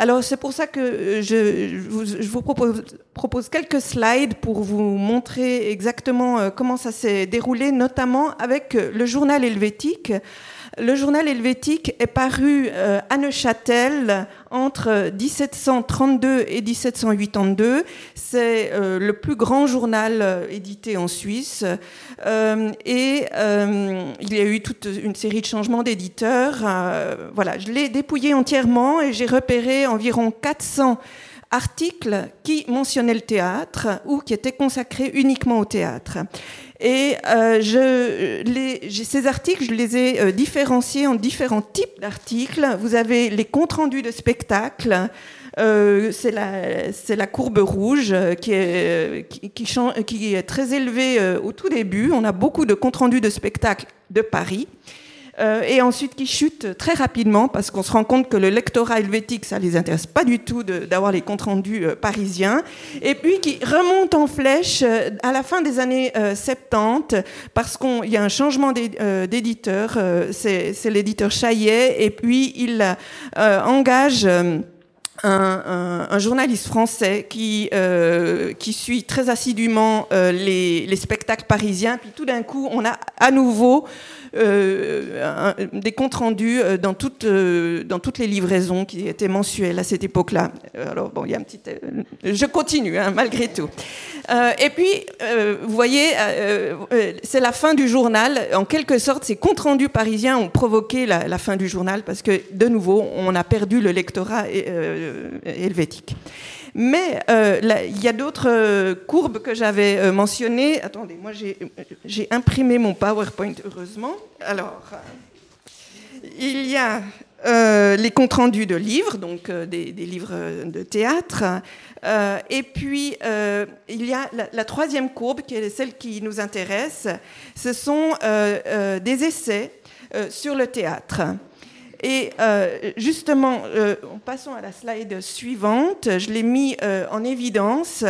Alors c'est pour ça que je vous propose quelques slides pour vous montrer exactement comment ça s'est déroulé, notamment avec le journal helvétique. Le journal helvétique est paru à Neuchâtel entre 1732 et 1782. C'est le plus grand journal édité en Suisse. Il y a eu toute une série de changements d'éditeurs. Voilà, je l'ai dépouillé entièrement et j'ai repéré environ 400 articles qui mentionnaient le théâtre ou qui étaient consacrés uniquement au théâtre. Et ces articles, je les ai différenciés en différents types d'articles. Vous avez les comptes rendus de spectacles. C'est la courbe rouge qui est très élevée au tout début. On a beaucoup de comptes rendus de spectacles de Paris. Et ensuite qui chute très rapidement parce qu'on se rend compte que le lectorat helvétique, ça les intéresse pas du tout d'avoir les comptes rendus parisiens, et puis qui remonte en flèche à la fin des années 70 parce qu'il y a un changement d'éditeur, c'est l'éditeur Chaillet, et puis il engage un journaliste français qui suit très assidûment les spectacles parisiens, puis tout d'un coup on a à nouveau des comptes rendus dans toutes les livraisons qui étaient mensuelles à cette époque-là. Alors bon, il y a un petit, je continue malgré tout. Et puis vous voyez, c'est la fin du journal. En quelque sorte, ces comptes rendus parisiens ont provoqué la fin du journal parce que de nouveau, on a perdu le lectorat helvétique. Mais il y a d'autres courbes que j'avais mentionnées. Attendez, moi j'ai imprimé mon PowerPoint, heureusement. Alors, il y a les comptes rendus de livres, donc des livres de théâtre. Et puis, il y a la troisième courbe, qui est celle qui nous intéresse. Ce sont des essais sur le théâtre. Et justement, passons à la slide suivante, je l'ai mis en évidence.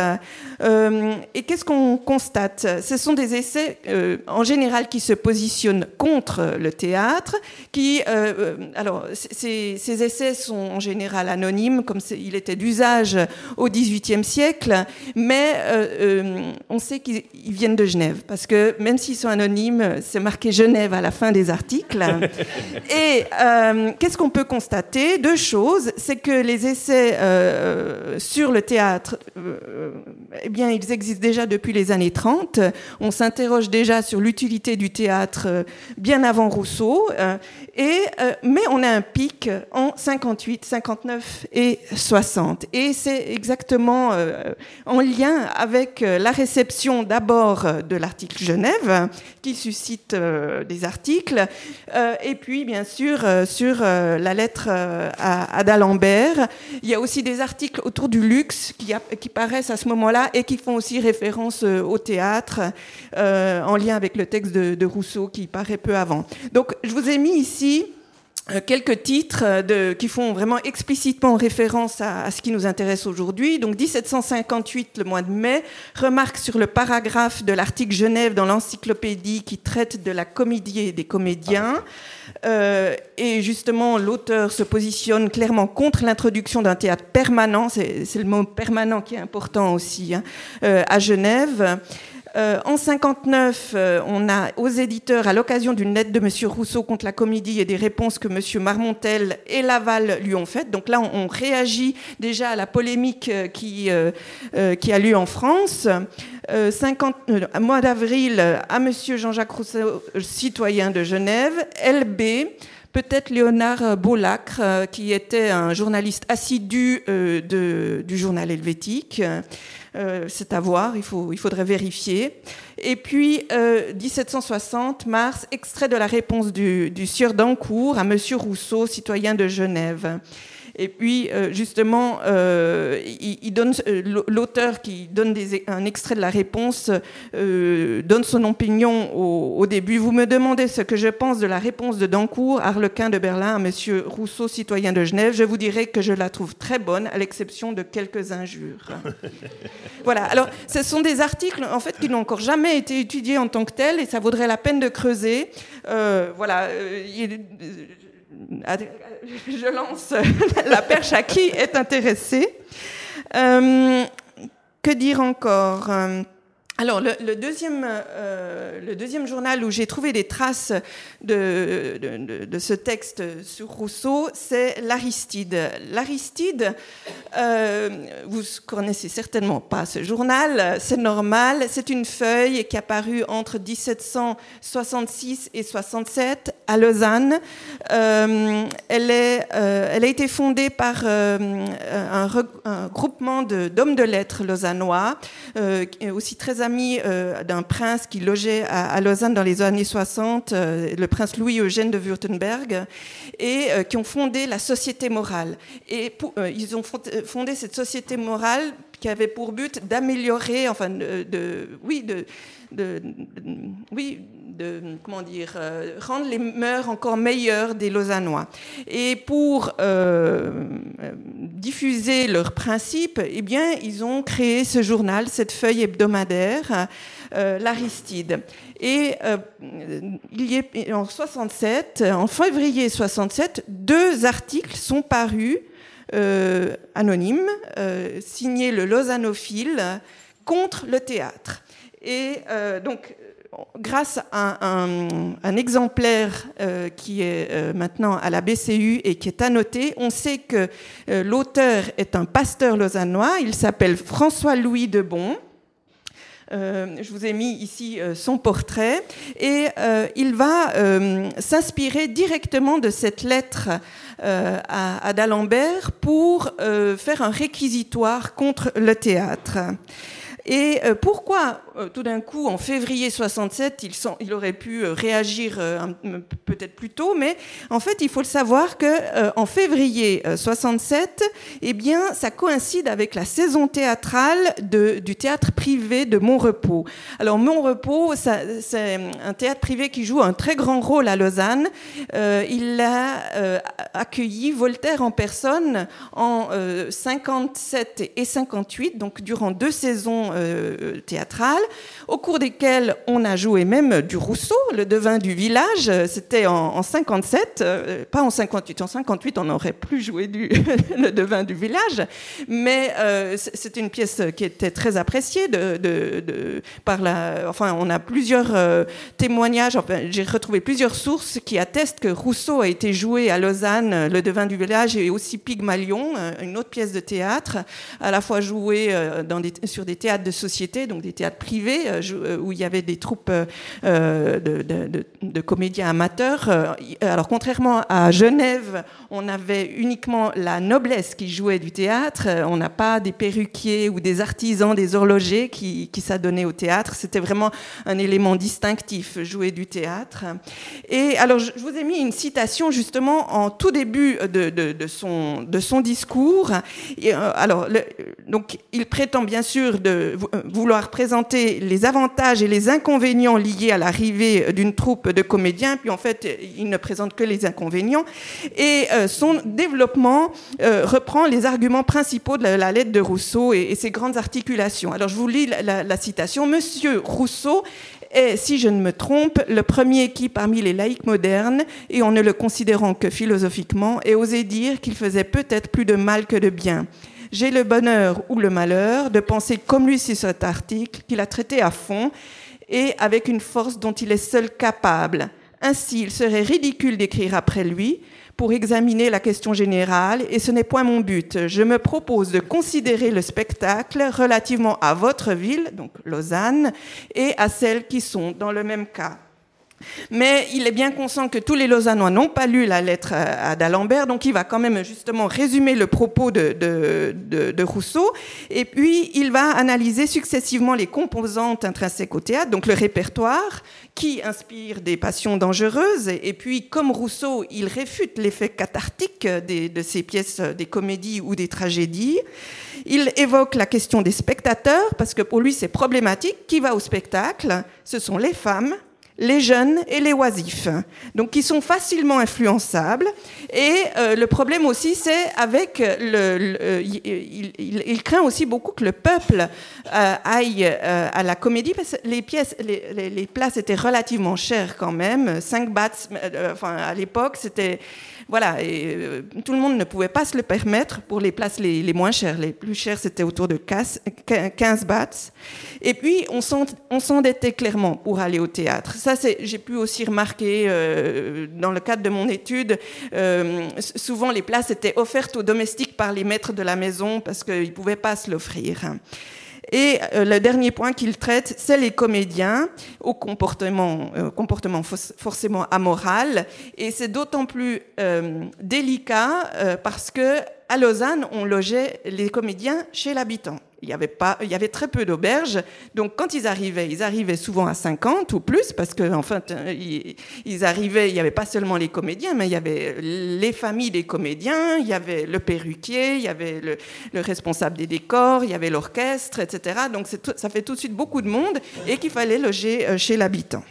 Et qu'est-ce qu'on constate ? Ce sont des essais, en général, qui se positionnent contre le théâtre. Alors, ces essais sont en général anonymes, comme il était d'usage au XVIIIe siècle, mais on sait qu'ils viennent de Genève, parce que même s'ils sont anonymes, c'est marqué Genève à la fin des articles. Et qu'est-ce qu'on peut constater ? Deux choses, c'est que les essais sur le théâtre, eh bien, ils existent déjà depuis les années 30. On s'interroge déjà sur l'utilité du théâtre bien avant Rousseau. Mais on a un pic en 58, 59 et 60. Et c'est exactement en lien avec la réception d'abord de l'article Genève, qui suscite des articles, et puis bien sûr sur la lettre à d'Alembert. Il y a aussi des articles autour du luxe qui paraissent à ce moment-là et qui font aussi référence au théâtre en lien avec le texte de Rousseau qui paraît peu avant. Donc je vous ai mis ici quelques titres qui font vraiment explicitement référence à ce qui nous intéresse aujourd'hui. Donc 1758, le mois de mai, remarque sur le paragraphe de l'article Genève dans l'encyclopédie qui traite de la comédie et des comédiens. Et justement, l'auteur se positionne clairement contre l'introduction d'un théâtre permanent, c'est le mot permanent qui est important aussi, à Genève. En 59, on a aux éditeurs, à l'occasion d'une lettre de M. Rousseau contre la comédie et des réponses que M. Marmontel et Laval lui ont faites. Donc là, on réagit déjà à la polémique qui a lieu en France. Mois d'avril, à M. Jean-Jacques Rousseau, citoyen de Genève. LB, peut-être Léonard Beaulacre, qui était un journaliste assidu du journal helvétique. C'est à voir, il faudrait vérifier. Et puis, 1760, mars, extrait de la réponse du sieur d'Ancourt à M. Rousseau, citoyen de Genève. Et puis, justement, l'auteur qui donne un extrait de la réponse donne son opinion au début. Vous me demandez ce que je pense de la réponse de Dancourt, Arlequin de Berlin, à M. Rousseau, citoyen de Genève. Je vous dirai que je la trouve très bonne, à l'exception de quelques injures. Voilà. Alors, ce sont des articles, en fait, qui n'ont encore jamais été étudiés en tant que tels, et ça vaudrait la peine de creuser. Voilà. je lance la perche à qui est intéressé. Que dire encore ? Alors, le deuxième journal où j'ai trouvé des traces de ce texte sur Rousseau, c'est l'Aristide. L'Aristide, vous connaissez certainement pas ce journal, c'est normal, c'est une feuille qui est apparue entre 1766 et 67 à Lausanne. Elle a été fondée par un groupement d'hommes de lettres lausannois, aussi très amis d'un prince qui logeait à Lausanne dans les années 60, le prince Louis-Eugène de Württemberg, et qui ont fondé la Société morale. Et ils ont fondé cette Société morale qui avait pour but d'améliorer, enfin, rendre les mœurs encore meilleures des Lausannois. Et pour diffuser leurs principes, eh bien, ils ont créé ce journal, cette feuille hebdomadaire, l'Aristide. Et en février 67, 2 articles sont parus anonymes, signés le Lausannophile, contre le théâtre. Et donc, grâce à un exemplaire qui est maintenant à la BCU et qui est annoté, on sait que l'auteur est un pasteur lausannois, il s'appelle François-Louis Debon. Je vous ai mis ici son portrait, et il va s'inspirer directement de cette lettre à d'Alembert pour faire un réquisitoire contre le théâtre. Et pourquoi, tout d'un coup, en février 67, il aurait pu réagir peut-être plus tôt, mais en fait, il faut le savoir qu'en février 67, eh bien, ça coïncide avec la saison théâtrale du théâtre privé de Montrepos. Alors, Montrepos, c'est un théâtre privé qui joue un très grand rôle à Lausanne. Il a accueilli Voltaire en personne en 57 et 58, donc durant 2 saisons théâtrales, au cours desquelles on a joué même du Rousseau, le devin du village. C'était en 57, pas en 58. En 58, on n'aurait plus joué le devin du village, mais c'était une pièce qui était très appréciée on a plusieurs témoignages. Enfin, j'ai retrouvé plusieurs sources qui attestent que Rousseau a été joué à Lausanne, le devin du village, et aussi Pygmalion, une autre pièce de théâtre, à la fois jouée sur des théâtres de société, donc des théâtres privés, où il y avait des troupes de comédiens amateurs. Alors, contrairement à Genève, on avait uniquement la noblesse qui jouait du théâtre. On n'a pas des perruquiers ou des artisans, des horlogers qui s'adonnaient au théâtre. C'était vraiment un élément distinctif, jouer du théâtre. Et alors, je vous ai mis une citation justement en tout début de son discours. Et, donc, il prétend bien sûr de vouloir présenter les avantages et les inconvénients liés à l'arrivée d'une troupe de comédiens, puis en fait, il ne présente que les inconvénients. Et son développement reprend les arguments principaux de la lettre de Rousseau et ses grandes articulations. Alors, je vous lis la citation. « Monsieur Rousseau est, si je ne me trompe, le premier qui, parmi les laïcs modernes, et en ne le considérant que philosophiquement, ait osé dire qu'il faisait peut-être plus de mal que de bien. J'ai le bonheur ou le malheur de penser comme lui sur cet article, qu'il a traité à fond et avec une force dont il est seul capable. Ainsi, il serait ridicule d'écrire après lui pour examiner la question générale, et ce n'est point mon but. Je me propose de considérer le spectacle relativement à votre ville, donc Lausanne, et à celles qui sont dans le même cas. » Mais il est bien conscient que tous les Lausannois n'ont pas lu la lettre d'Alembert, donc il va quand même justement résumer le propos de Rousseau, et puis il va analyser successivement les composantes intrinsèques au théâtre, donc le répertoire, qui inspire des passions dangereuses, et puis comme Rousseau, il réfute l'effet cathartique de ces pièces, des comédies ou des tragédies. Il évoque la question des spectateurs, parce que pour lui c'est problématique. Qui va au spectacle ? Ce sont les femmes, les jeunes et les oisifs, donc qui sont facilement influençables. Et le problème aussi, c'est avec il craint aussi beaucoup que le peuple aille à la comédie, parce que les places étaient relativement chères quand même, 5 bahts. À l'époque, c'était voilà, et tout le monde ne pouvait pas se le permettre pour les places les moins chères. Les plus chères, c'était autour de 15 bahts. Et puis, on s'endettait clairement pour aller au théâtre. Ça, j'ai pu aussi remarquer dans le cadre de mon étude, souvent les places étaient offertes aux domestiques par les maîtres de la maison parce qu'ils ne pouvaient pas se l'offrir. Et le dernier point qu'il traite, c'est les comédiens au comportement forcément amoral. Et c'est d'autant plus délicat parce que à Lausanne, on logeait les comédiens chez l'habitant. Il y avait très peu d'auberges. Donc, quand ils arrivaient souvent à 50 ou plus, parce qu'en fait, ils arrivaient, il n'y avait pas seulement les comédiens, mais il y avait les familles des comédiens, il y avait le perruquier, il y avait le responsable des décors, il y avait l'orchestre, etc. Donc, ça fait tout de suite beaucoup de monde et qu'il fallait loger chez l'habitant.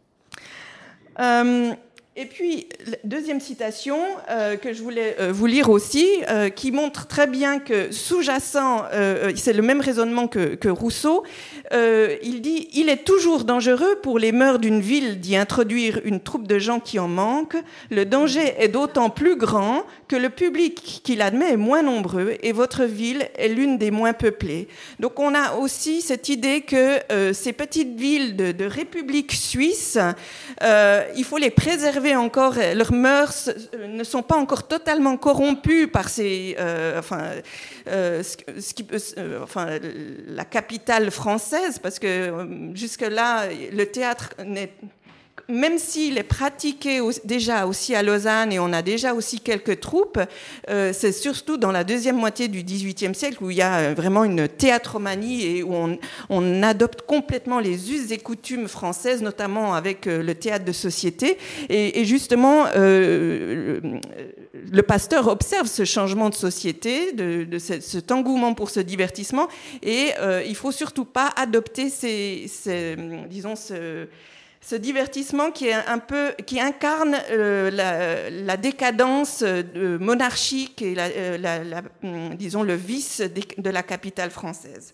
Et puis, deuxième citation que je voulais vous lire aussi, qui montre très bien que sous-jacent, c'est le même raisonnement que Rousseau. Il dit « Il est toujours dangereux pour les mœurs d'une ville d'y introduire une troupe de gens qui en manquent. Le danger est d'autant plus grand que le public qui l'admet est moins nombreux et votre ville est l'une des moins peuplées. » Donc, on a aussi cette idée que ces petites villes de République suisse, il faut les préserver encore, leurs mœurs ne sont pas encore totalement corrompues par la capitale française, parce que jusque-là, le théâtre même s'il est pratiqué déjà aussi à Lausanne et on a déjà aussi quelques troupes, c'est surtout dans la deuxième moitié du XVIIIe siècle où il y a vraiment une théâtromanie et où on adopte complètement les us et coutumes françaises, notamment avec le théâtre de société. Et justement, le Pasteur observe ce changement de société, de cet engouement pour ce divertissement, et il ne faut surtout pas adopter ce divertissement qui incarne la décadence monarchique et le vice de la capitale française.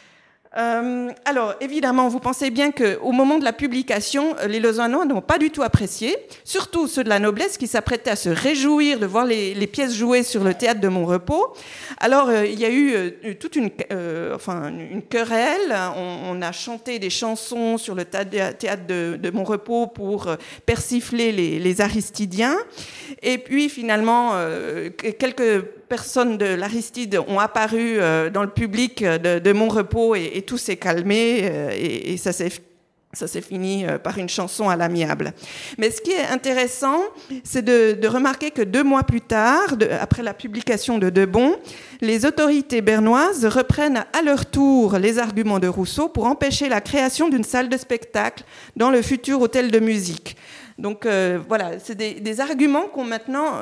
Alors, évidemment, vous pensez bien qu'au moment de la publication, les Lausannois n'ont pas du tout apprécié, surtout ceux de la noblesse qui s'apprêtaient à se réjouir de voir les pièces jouées sur le théâtre de Montrepos. Alors, il y a eu toute une querelle. On a chanté des chansons sur le théâtre de Montrepos pour persifler les Aristidiens. Et puis, finalement, quelques personnes de l'Aristide ont apparu dans le public de Montrepos et tout s'est calmé et ça s'est fini par une chanson à l'amiable. Mais ce qui est intéressant, c'est de remarquer que 2 mois plus tard, après la publication de Debon, les autorités bernoises reprennent à leur tour les arguments de Rousseau pour empêcher la création d'une salle de spectacle dans le futur hôtel de musique. Donc voilà, c'est des arguments qu'on maintenant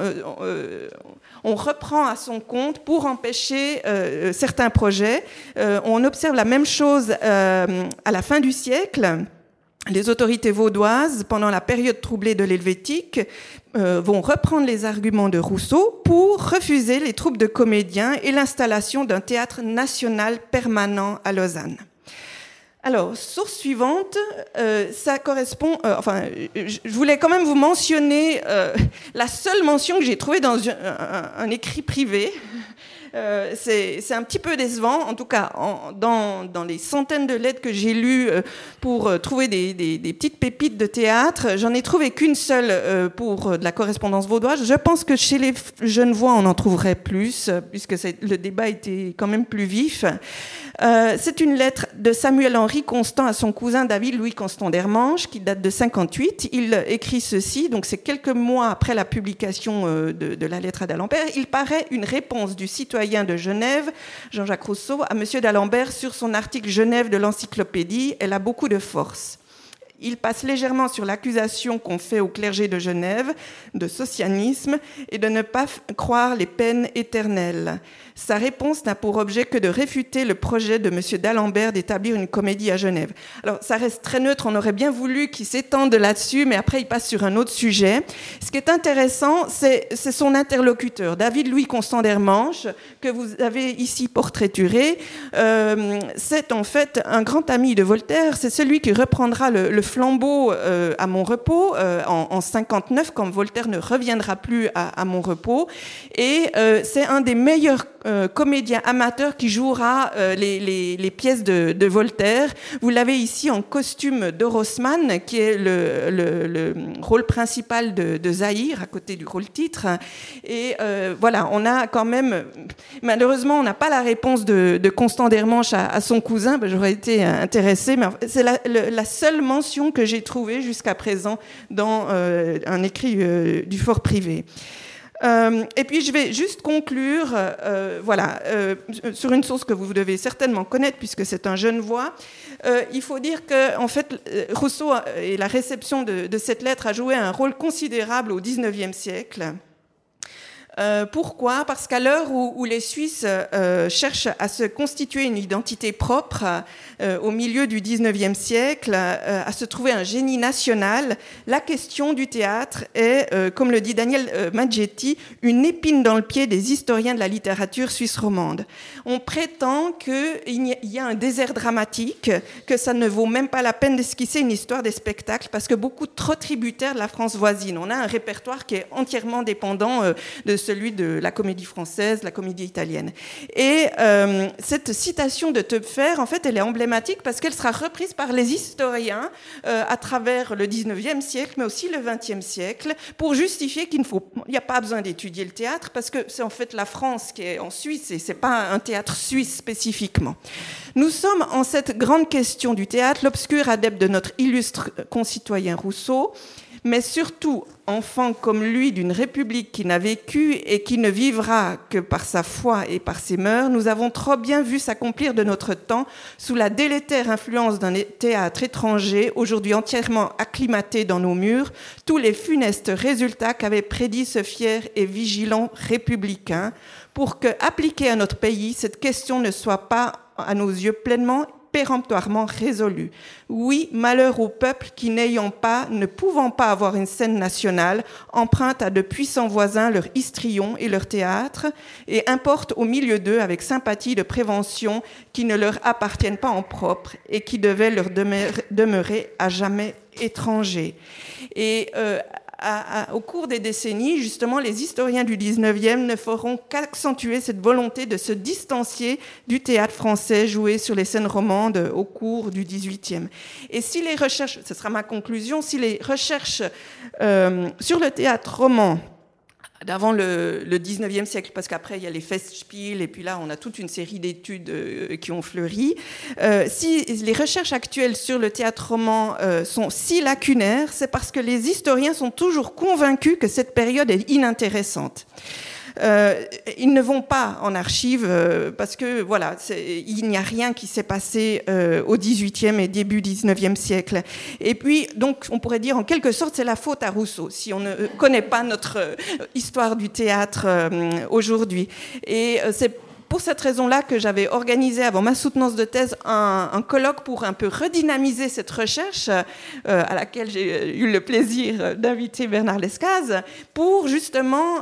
on reprend à son compte pour empêcher certains projets. On observe la même chose à la fin du siècle. Les autorités vaudoises, pendant la période troublée de l'Helvétique, vont reprendre les arguments de Rousseau pour refuser les troupes de comédiens et l'installation d'un théâtre national permanent à Lausanne. Alors, source suivante, ça correspond... je voulais quand même vous mentionner la seule mention que j'ai trouvée dans un écrit privé. C'est un petit peu décevant, en tout cas dans les centaines de lettres que j'ai lues pour trouver des petites pépites de théâtre, j'en ai trouvé qu'une seule pour de la correspondance vaudoise. Je pense que chez les Genevois on en trouverait plus, puisque le débat était quand même plus vif. C'est une lettre de Samuel-Henri Constant à son cousin David-Louis Constant d'Hermange, qui date de 58. Il écrit ceci, donc c'est quelques mois après la publication de la lettre à d'Alembert. Il paraît une réponse du citoyen de Genève, Jean-Jacques Rousseau, à M. d'Alembert sur son article Genève de l'Encyclopédie. Elle a beaucoup de force. Il passe légèrement sur l'accusation qu'on fait au clergé de Genève de socianisme et de ne pas croire les peines éternelles. Sa réponse n'a pour objet que de réfuter le projet de M. d'Alembert d'établir une comédie à Genève. Alors, ça reste très neutre, on aurait bien voulu qu'il s'étende là-dessus, mais après, il passe sur un autre sujet. Ce qui est intéressant, c'est son interlocuteur, David-Louis Constant d'Hermanche, que vous avez ici portraituré. C'est en fait un grand ami de Voltaire, c'est celui qui reprendra le flambeau à Montrepos en 59, quand Voltaire ne reviendra plus à Montrepos. Et c'est un des meilleurs comédien amateur qui jouera les pièces de Voltaire. Vous l'avez ici en costume d'Orosman, qui est le rôle principal de Zahir, à côté du rôle titre. Et voilà, on a quand même... Malheureusement, on n'a pas la réponse de Constant d'Hermanche à son cousin. Ben, j'aurais été intéressée, mais c'est la seule mention que j'ai trouvée jusqu'à présent dans un écrit du Fort Privé. Et puis je vais juste conclure sur une source que vous devez certainement connaître puisque c'est un Genevois. Il faut dire que en fait, Rousseau et la réception de cette lettre a joué un rôle considérable au XIXe siècle. Pourquoi ? Parce qu'à l'heure où les Suisses cherchent à se constituer une identité propre au milieu du XIXe siècle, à se trouver un génie national, la question du théâtre est, comme le dit Daniel Maggetti, une épine dans le pied des historiens de la littérature suisse romande. On prétend qu'il y a un désert dramatique, que ça ne vaut même pas la peine d'esquisser une histoire des spectacles, parce que beaucoup trop tributaire de la France voisine. On a un répertoire qui est entièrement dépendant de celui de la comédie française, la comédie italienne. Et cette citation de Töpfer, en fait, elle est emblématique parce qu'elle sera reprise par les historiens à travers le 19e siècle, mais aussi le 20e siècle, pour justifier qu'il n'y a pas besoin d'étudier le théâtre, parce que c'est en fait la France qui est en Suisse, et c'est pas un théâtre suisse spécifiquement. Nous sommes en cette grande question du théâtre, l'obscur adepte de notre illustre concitoyen Rousseau, mais surtout enfant comme lui d'une république qui n'a vécu et qui ne vivra que par sa foi et par ses mœurs, nous avons trop bien vu s'accomplir de notre temps sous la délétère influence d'un théâtre étranger, aujourd'hui entièrement acclimaté dans nos murs, tous les funestes résultats qu'avait prédit ce fier et vigilant républicain, pour que, appliquée à notre pays, cette question ne soit pas, à nos yeux, péremptoirement résolu. Oui, malheur au peuple qui, ne pouvant pas avoir une scène nationale, emprunte à de puissants voisins leur histrion et leur théâtre, et importe au milieu d'eux, avec sympathie de prévention, qui ne leur appartiennent pas en propre et qui devaient leur demeurer à jamais étrangers. Et au cours des décennies, justement, les historiens du 19e ne feront qu'accentuer cette volonté de se distancier du théâtre français joué sur les scènes romandes au cours du 18e. Et si les recherches, ce sera ma conclusion, si les recherches sur le théâtre roman d'avant le 19e siècle, parce qu'après il y a les Festspiele, et puis là on a toute une série d'études qui ont fleuri. Si les recherches actuelles sur le théâtre roman sont si lacunaires, c'est parce que les historiens sont toujours convaincus que cette période est inintéressante. Ils ne vont pas en archives parce que voilà, il n'y a rien qui s'est passé au XVIIIe et début XIXe siècle. Et puis, donc, on pourrait dire en quelque sorte, c'est la faute à Rousseau si on ne connaît pas notre histoire du théâtre aujourd'hui. Et c'est pour cette raison-là que j'avais organisé avant ma soutenance de thèse un colloque pour un peu redynamiser cette recherche à laquelle j'ai eu le plaisir d'inviter Bernard Lescaz pour justement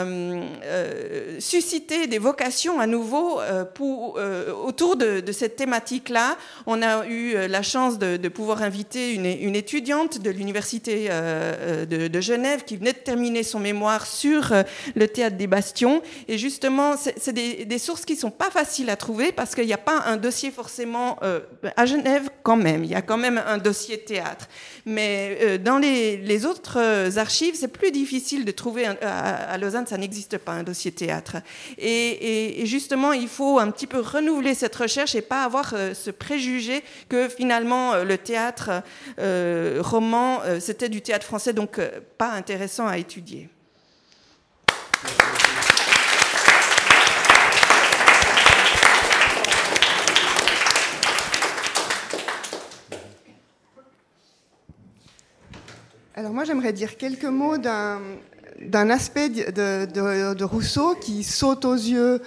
susciter des vocations à nouveau autour de cette thématique-là. On a eu la chance de pouvoir inviter une étudiante de l'université de Genève qui venait de terminer son mémoire sur le théâtre des Bastions. Et justement, c'est des sources qui sont pas faciles à trouver parce qu'il n'y a pas un dossier forcément à Genève quand même. Il y a quand même un dossier théâtre. Mais dans les autres archives, c'est plus difficile de trouver. À Lausanne, ça n'existe pas un dossier théâtre. Et justement, il faut un petit peu renouveler cette recherche et pas avoir ce préjugé que finalement le théâtre roman, c'était du théâtre français, donc pas intéressant à étudier. Alors moi, j'aimerais dire quelques mots d'un aspect de Rousseau qui saute aux yeux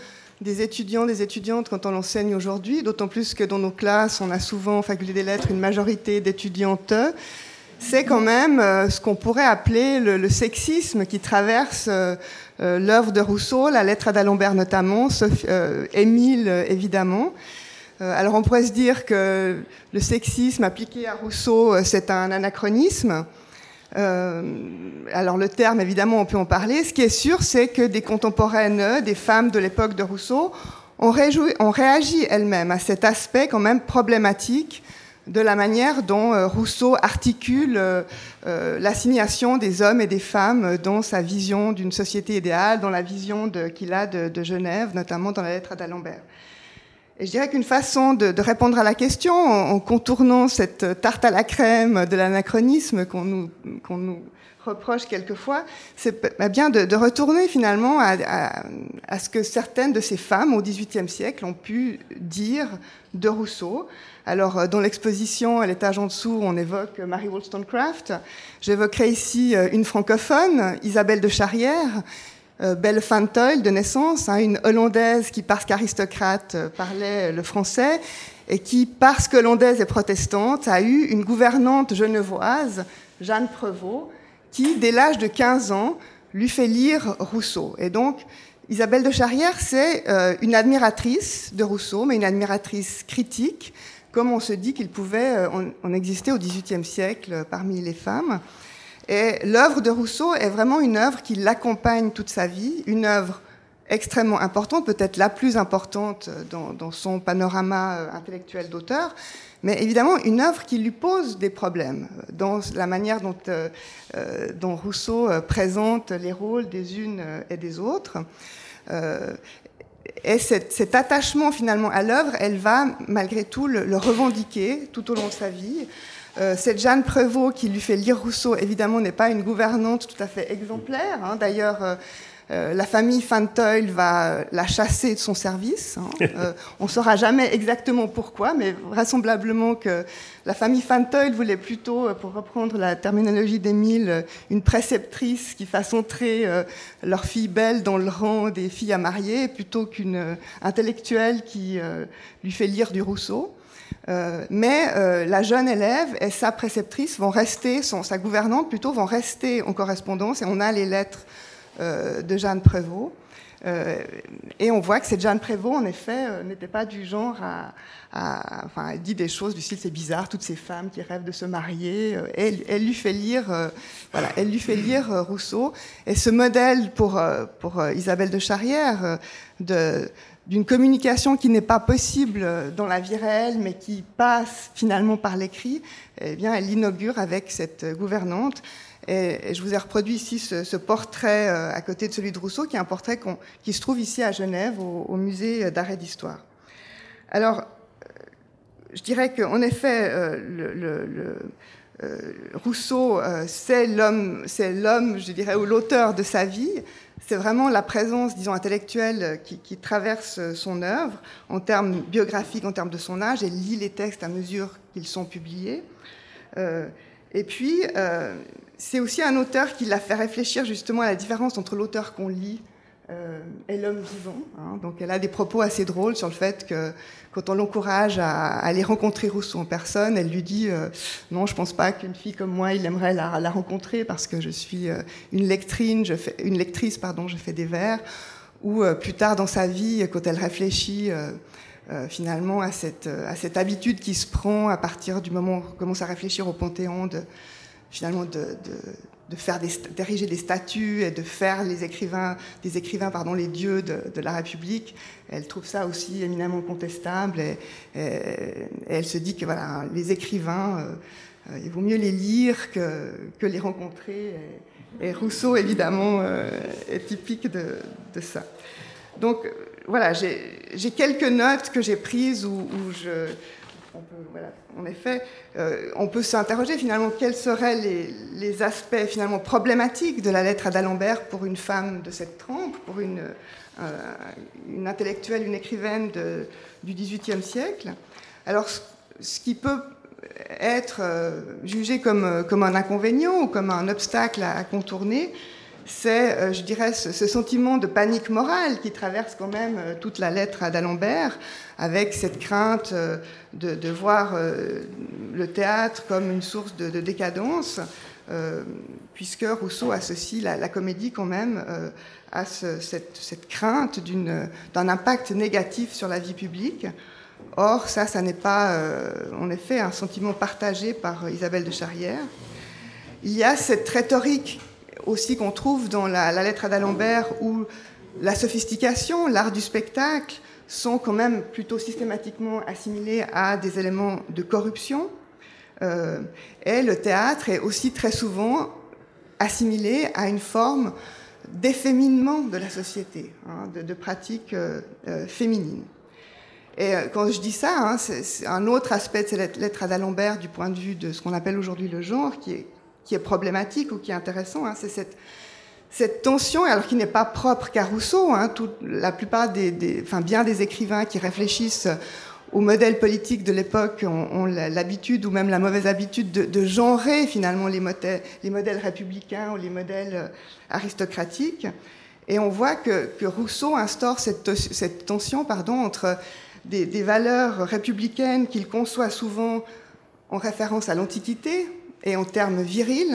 des étudiants, des étudiantes quand on enseigne aujourd'hui, d'autant plus que dans nos classes, on a souvent en faculté des lettres une majorité d'étudiantes, c'est quand même ce qu'on pourrait appeler le sexisme qui traverse l'œuvre de Rousseau, la lettre à d'Alembert notamment, Émile évidemment. Alors on pourrait se dire que le sexisme appliqué à Rousseau, c'est un anachronisme. Alors le terme, évidemment, on peut en parler. Ce qui est sûr, c'est que des contemporaines, des femmes de l'époque de Rousseau, ont réagi elles-mêmes à cet aspect quand même problématique de la manière dont Rousseau articule l'assignation des hommes et des femmes dans sa vision d'une société idéale, dans la vision qu'il a de Genève, notamment dans la lettre à d'Alembert. Et je dirais qu'une façon de répondre à la question, en contournant cette tarte à la crème de l'anachronisme qu'on nous reproche quelquefois, c'est bien de retourner finalement à ce que certaines de ces femmes au XVIIIe siècle ont pu dire de Rousseau. Alors, dans l'exposition à l'étage en dessous, on évoque Mary Wollstonecraft. J'évoquerai ici une francophone, Isabelle de Charrière, Belle Van Tuyl de naissance, une Hollandaise qui, parce qu'aristocrate, parlait le français et qui, parce qu'hollandaise et protestante, a eu une gouvernante genevoise, Jeanne Prévost, qui, dès l'âge de 15 ans, lui fait lire Rousseau. Et donc, Isabelle de Charrière, c'est une admiratrice de Rousseau, mais une admiratrice critique, comme on se dit qu'il pouvait en exister au XVIIIe siècle parmi les femmes. Et l'œuvre de Rousseau est vraiment une œuvre qui l'accompagne toute sa vie, une œuvre extrêmement importante, peut-être la plus importante dans son panorama intellectuel d'auteur, mais évidemment une œuvre qui lui pose des problèmes dans la manière dont Rousseau présente les rôles des unes et des autres. Et cet attachement finalement à l'œuvre, elle va malgré tout le revendiquer tout au long de sa vie. Cette Jeanne Prévost qui lui fait lire Rousseau, évidemment, n'est pas une gouvernante tout à fait exemplaire. D'ailleurs, la famille Van Tuyl va la chasser de son service. On ne saura jamais exactement pourquoi, mais vraisemblablement que la famille Van Tuyl voulait plutôt, pour reprendre la terminologie d'Émile, une préceptrice qui fasse entrer leur fille belle dans le rang des filles à marier, plutôt qu'une intellectuelle qui lui fait lire du Rousseau. Mais la jeune élève et sa préceptrice vont rester, sa gouvernante plutôt, vont rester en correspondance, et on a les lettres de Jeanne Prévost. Et on voit que cette Jeanne Prévost, en effet, n'était pas du genre enfin, elle dit des choses du style c'est bizarre, toutes ces femmes qui rêvent de se marier. Elle lui fait lire, elle lui fait lire Rousseau. Et ce modèle pour Isabelle de Charrière d'une communication qui n'est pas possible dans la vie réelle, mais qui passe finalement par l'écrit, eh bien, elle l'inaugure avec cette gouvernante. Et je vous ai reproduit ici ce portrait à côté de celui de Rousseau, qui est un portrait qui se trouve ici à Genève, au musée d'art et d'histoire. Alors, je dirais qu'en effet, Rousseau, c'est l'homme, je dirais, ou l'auteur de sa vie. C'est vraiment la présence, disons, intellectuelle qui traverse son œuvre en termes biographiques, en termes de son âge. Elle lit les textes à mesure qu'ils sont publiés. Et puis, c'est aussi un auteur qui l'a fait réfléchir justement à la différence entre l'auteur qu'on lit et l'homme vivant. Donc, elle a des propos assez drôles sur le fait que quand on l'encourage à aller rencontrer Rousseau en personne, elle lui dit non, je pense pas qu'une fille comme moi, il aimerait la rencontrer parce que je suis une lectrice, je fais des vers. Ou plus tard dans sa vie, quand elle réfléchit finalement à cette habitude qui se prend à partir du moment où on commence à réfléchir au Panthéon, d'ériger des statues et de faire des écrivains, les dieux de la République. Elle trouve ça aussi éminemment contestable et elle se dit que voilà, les écrivains, il vaut mieux les lire que les rencontrer. Et Rousseau, évidemment, est typique de ça. Donc, voilà, j'ai quelques notes que j'ai prises où en effet, on peut s'interroger finalement quels seraient les aspects finalement problématiques de la lettre à d'Alembert pour une femme de cette trempe, pour une intellectuelle, une écrivaine du XVIIIe siècle. Alors, ce qui peut être jugé comme un inconvénient ou comme un obstacle à contourner, c'est, je dirais, ce sentiment de panique morale qui traverse quand même toute la lettre d'Alembert, avec cette crainte de voir le théâtre comme une source de décadence, puisque Rousseau associe la comédie quand même à cette crainte d'un impact négatif sur la vie publique. Or, ça n'est pas, en effet, un sentiment partagé par Isabelle de Charrière. Il y a cette rhétorique aussi qu'on trouve dans la lettre d'Alembert, où la sophistication, l'art du spectacle, sont quand même plutôt systématiquement assimilés à des éléments de corruption. Et le théâtre est aussi très souvent assimilé à une forme d'efféminement de la société, de pratiques féminines. Et quand je dis ça, c'est un autre aspect de cette lettre d'Alembert du point de vue de ce qu'on appelle aujourd'hui le genre, qui est problématique ou qui est intéressant, c'est cette tension, alors qui n'est pas propre qu'à Rousseau. La plupart bien des écrivains qui réfléchissent au modèle politique de l'époque ont l'habitude, ou même la mauvaise habitude, de genrer finalement les modèles républicains ou les modèles aristocratiques. Et on voit que Rousseau instaure cette tension entre des valeurs républicaines qu'il conçoit souvent en référence à l'Antiquité et en termes virils,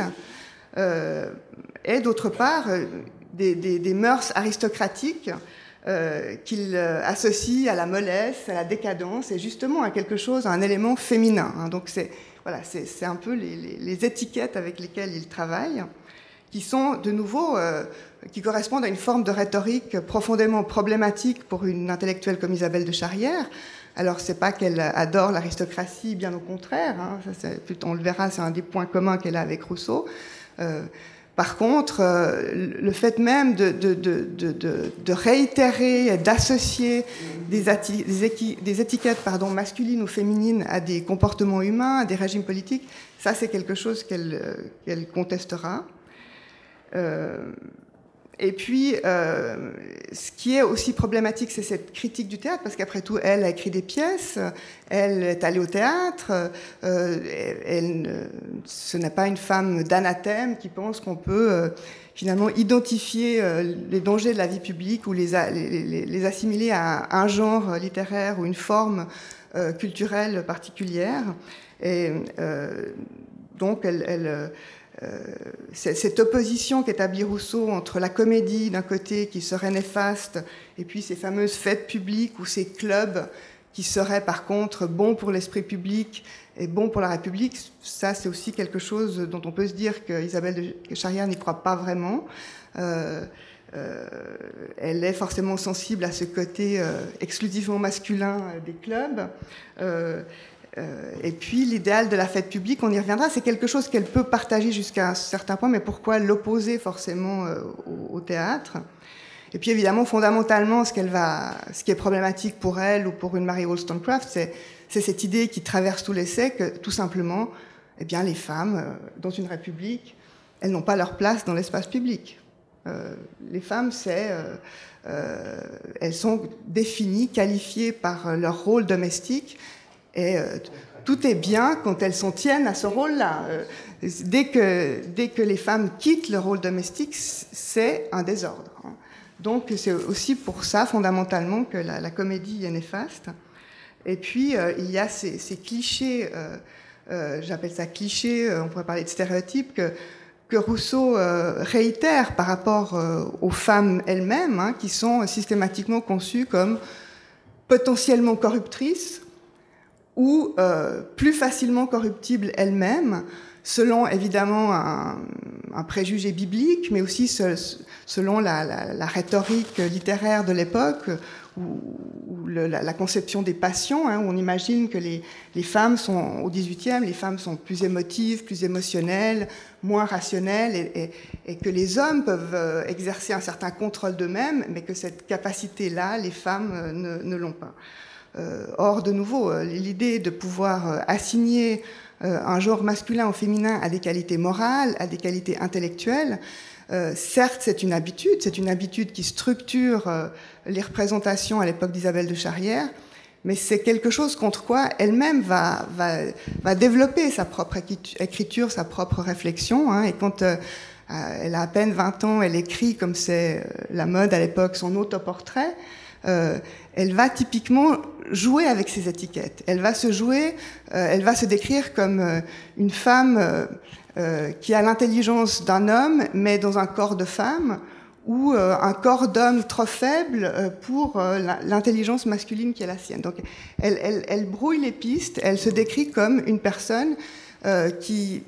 et d'autre part des mœurs aristocratiques qu'il associe à la mollesse, à la décadence, et justement à quelque chose, à un élément féminin. Donc c'est un peu les étiquettes avec lesquelles il travaille, qui sont de nouveau, qui correspondent à une forme de rhétorique profondément problématique pour une intellectuelle comme Isabelle de Charrière. Alors, c'est pas qu'elle adore l'aristocratie, bien au contraire. On le verra, c'est un des points communs qu'elle a avec Rousseau. Par contre, le fait même de réitérer, d'associer des étiquettes masculines ou féminines à des comportements humains, à des régimes politiques, ça, c'est quelque chose qu'elle contestera. Et puis, ce qui est aussi problématique, c'est cette critique du théâtre, parce qu'après tout, elle a écrit des pièces, elle est allée au théâtre, ce n'est pas une femme d'anathème qui pense qu'on peut finalement identifier les dangers de la vie publique ou les assimiler à un genre littéraire ou une forme culturelle particulière. Et donc, cette opposition qu'établit Rousseau entre la comédie d'un côté qui serait néfaste et puis ces fameuses fêtes publiques ou ces clubs qui seraient par contre bons pour l'esprit public et bons pour la République, ça c'est aussi quelque chose dont on peut se dire qu'Isabelle de Charrière n'y croit pas vraiment. Elle est forcément sensible à ce côté exclusivement masculin des clubs. Et puis l'idéal de la fête publique, on y reviendra, c'est quelque chose qu'elle peut partager jusqu'à un certain point, mais pourquoi l'opposer forcément au théâtre? Et puis évidemment, fondamentalement, ce qui est problématique pour elle ou pour une Mary Wollstonecraft, c'est cette idée qui traverse tous l'essai que tout simplement, eh bien, les femmes dans une république, elles n'ont pas leur place dans l'espace public. Les femmes, elles sont définies, qualifiées par leur rôle domestique. Et tout est bien quand elles s'en tiennent à ce rôle-là. Dès que les femmes quittent le rôle domestique, c'est un désordre. Donc c'est aussi pour ça, fondamentalement, que la comédie est néfaste. Et puis, il y a ces clichés, j'appelle ça clichés, on pourrait parler de stéréotypes, que Rousseau réitère par rapport aux femmes elles-mêmes, qui sont systématiquement conçues comme potentiellement corruptrices, ou plus facilement corruptibles elles-mêmes, selon évidemment un préjugé biblique, mais aussi selon la rhétorique littéraire de l'époque, ou la conception des passions, où on imagine que les femmes sont, au XVIIIe, les femmes sont plus émotives, plus émotionnelles, moins rationnelles, et que les hommes peuvent exercer un certain contrôle d'eux-mêmes, mais que cette capacité-là, les femmes ne l'ont pas. Or, de nouveau, l'idée de pouvoir assigner un genre masculin ou féminin à des qualités morales, à des qualités intellectuelles, certes, c'est une habitude qui structure les représentations à l'époque d'Isabelle de Charrière, mais c'est quelque chose contre quoi elle-même va développer sa propre écriture, sa propre réflexion. Et quand elle a à peine 20 ans, elle écrit, comme c'est la mode à l'époque, son autoportrait. Elle va typiquement jouer avec ces étiquettes. Elle va se décrire comme une femme qui a l'intelligence d'un homme, mais dans un corps de femme, ou un corps d'homme trop faible pour l'intelligence masculine qui est la sienne. Donc, elle brouille les pistes. Elle se décrit comme une personne qui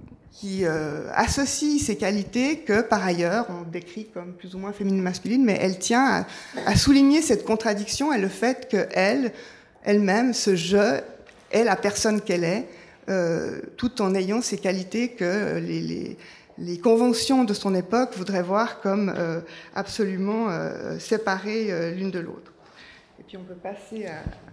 associe ces qualités que, par ailleurs, on décrit comme plus ou moins féminine masculine, mais elle tient à souligner cette contradiction et le fait qu'elle-même, ce je, est la personne qu'elle est, tout en ayant ces qualités que les conventions de son époque voudraient voir comme absolument séparées l'une de l'autre. Et puis on peut passer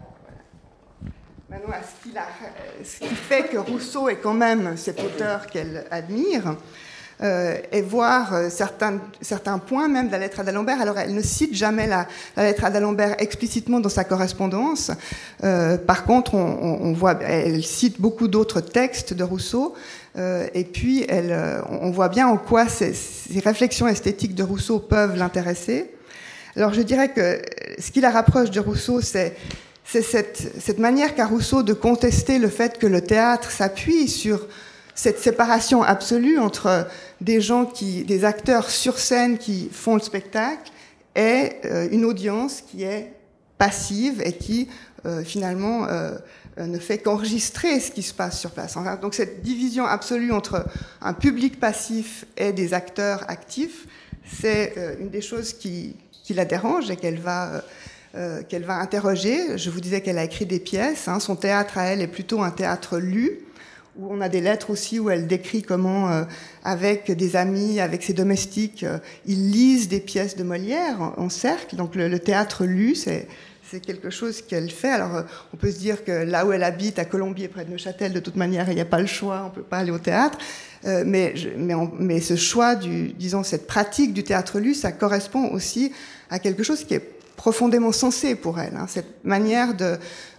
maintenant à ce qui fait que Rousseau est quand même cet auteur qu'elle admire, et voir certains points même de la lettre à d'Alembert. Alors elle ne cite jamais la lettre à d'Alembert explicitement dans sa correspondance. Par contre, on voit, elle cite beaucoup d'autres textes de Rousseau, et puis on voit bien en quoi ces réflexions esthétiques de Rousseau peuvent l'intéresser. Alors je dirais que ce qui la rapproche de Rousseau, c'est cette manière qu'a Rousseau de contester le fait que le théâtre s'appuie sur cette séparation absolue entre des acteurs sur scène qui font le spectacle et une audience qui est passive et qui finalement ne fait qu'enregistrer ce qui se passe sur place. Donc cette division absolue entre un public passif et des acteurs actifs, c'est une des choses qui la dérange et qu'elle va interroger. Je vous disais qu'elle a écrit des pièces. Son théâtre à elle est plutôt un théâtre lu, où on a des lettres aussi où elle décrit comment, avec des amis, avec ses domestiques, ils lisent des pièces de Molière en cercle. Donc le théâtre lu, c'est quelque chose qu'elle fait. Alors on peut se dire que là où elle habite, à Colombier, près de Neuchâtel, de toute manière, il n'y a pas le choix, on ne peut pas aller au théâtre. Mais ce choix, cette pratique du théâtre lu, ça correspond aussi à quelque chose qui est profondément sensé pour elle, cette manière de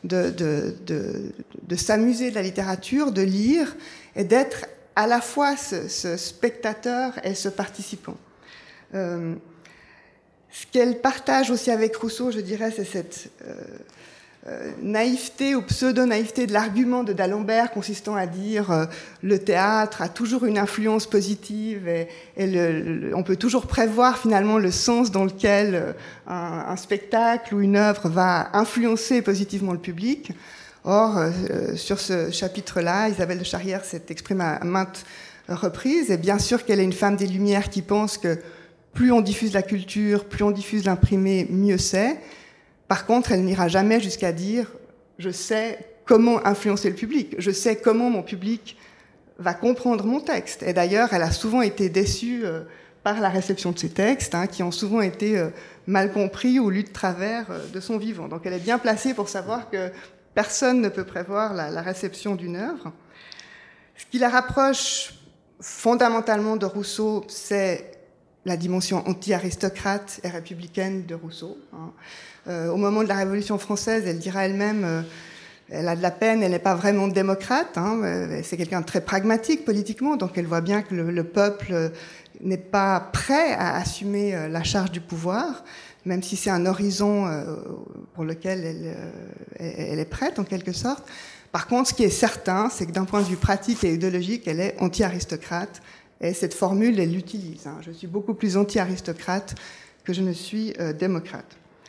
s'amuser de la littérature, de lire et d'être à la fois ce spectateur et ce participant. Ce qu'elle partage aussi avec Rousseau, je dirais, c'est cette naïveté ou pseudo-naïveté de l'argument de d'Alembert consistant à dire le théâtre a toujours une influence positive et on peut toujours prévoir finalement le sens dans lequel un spectacle ou une œuvre va influencer positivement le public. Or, sur ce chapitre-là, Isabelle de Charrière s'est exprimée à maintes reprises, et bien sûr qu'elle est une femme des Lumières qui pense que plus on diffuse la culture, plus on diffuse l'imprimé, mieux c'est. Par contre, elle n'ira jamais jusqu'à dire « je sais comment influencer le public, je sais comment mon public va comprendre mon texte ». Et d'ailleurs, elle a souvent été déçue par la réception de ses textes, qui ont souvent été mal compris ou lus de travers de son vivant. Donc elle est bien placée pour savoir que personne ne peut prévoir la réception d'une œuvre. Ce qui la rapproche fondamentalement de Rousseau, c'est la dimension anti-aristocrate et républicaine de Rousseau. Au moment de la Révolution française, elle dira elle-même, elle a de la peine, elle n'est pas vraiment démocrate, c'est quelqu'un de très pragmatique politiquement, donc elle voit bien que le peuple n'est pas prêt à assumer la charge du pouvoir, même si c'est un horizon pour lequel elle est prête en quelque sorte. Par contre, ce qui est certain, c'est que d'un point de vue pratique et idéologique, elle est anti-aristocrate, et cette formule, elle l'utilise. Je suis beaucoup plus anti-aristocrate que je ne suis démocrate.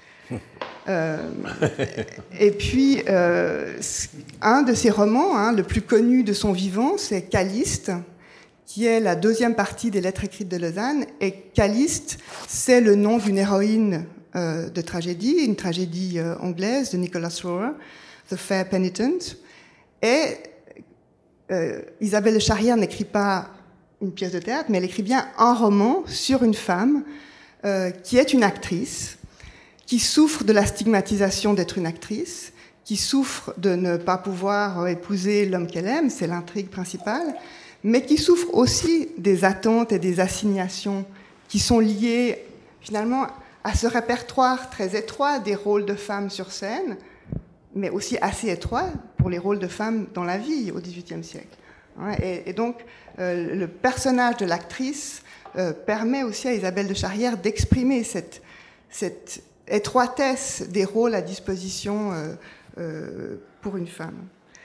Et puis, un de ses romans, le plus connu de son vivant, c'est Calyste, qui est la deuxième partie des Lettres écrites de Lausanne. Et Calyste, c'est le nom d'une héroïne de tragédie, une tragédie anglaise de Nicholas Roer, The Fair Penitent. Et Isabelle de Charrière n'écrit pas une pièce de théâtre, mais elle écrit bien un roman sur une femme qui est une actrice, qui souffre de la stigmatisation d'être une actrice, qui souffre de ne pas pouvoir épouser l'homme qu'elle aime, c'est l'intrigue principale, mais qui souffre aussi des attentes et des assignations qui sont liées finalement à ce répertoire très étroit des rôles de femmes sur scène, mais aussi assez étroit pour les rôles de femmes dans la vie au XVIIIe siècle. Et donc, le personnage de l'actrice permet aussi à Isabelle de Charrière d'exprimer cette étroitesse des rôles à disposition pour une femme.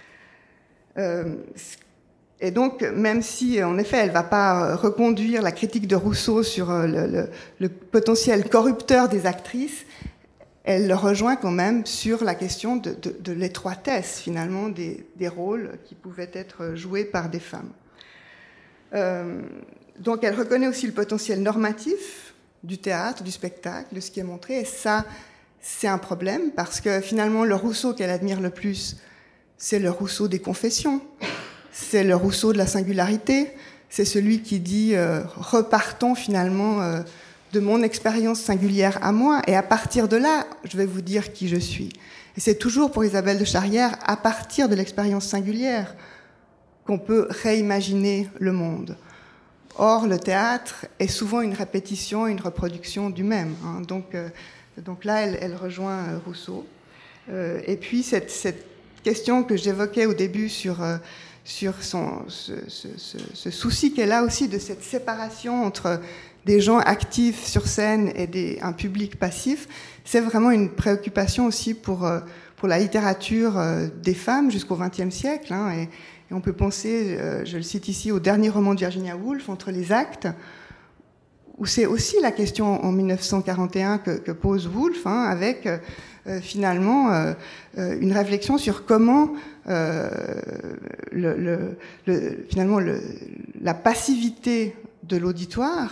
Et donc, même si, en effet, elle ne va pas reconduire la critique de Rousseau sur le potentiel corrupteur des actrices, elle le rejoint quand même sur la question de l'étroitesse, finalement, des rôles qui pouvaient être joués par des femmes. Donc, elle reconnaît aussi le potentiel normatif du théâtre, du spectacle, de ce qui est montré, et ça, c'est un problème, parce que finalement, le Rousseau qu'elle admire le plus, c'est le Rousseau des confessions. C'est le Rousseau de la singularité, c'est celui qui dit repartons finalement de mon expérience singulière à moi, et à partir de là, je vais vous dire qui je suis. Et c'est toujours pour Isabelle de Charrière, à partir de l'expérience singulière, qu'on peut réimaginer le monde. Or, le théâtre est souvent une répétition, une reproduction du même. Hein. Donc là, elle rejoint Rousseau. Et puis, cette question que j'évoquais au début sur ce souci qu'elle a aussi de cette séparation entre des gens actifs sur scène et un public passif, c'est vraiment une préoccupation aussi pour la littérature des femmes jusqu'au XXe siècle. Hein, et on peut penser, je le cite ici, au dernier roman de Virginia Woolf, Entre les actes, où c'est aussi la question en 1941 que pose Woolf, hein, avec finalement une réflexion sur comment finalement la passivité de l'auditoire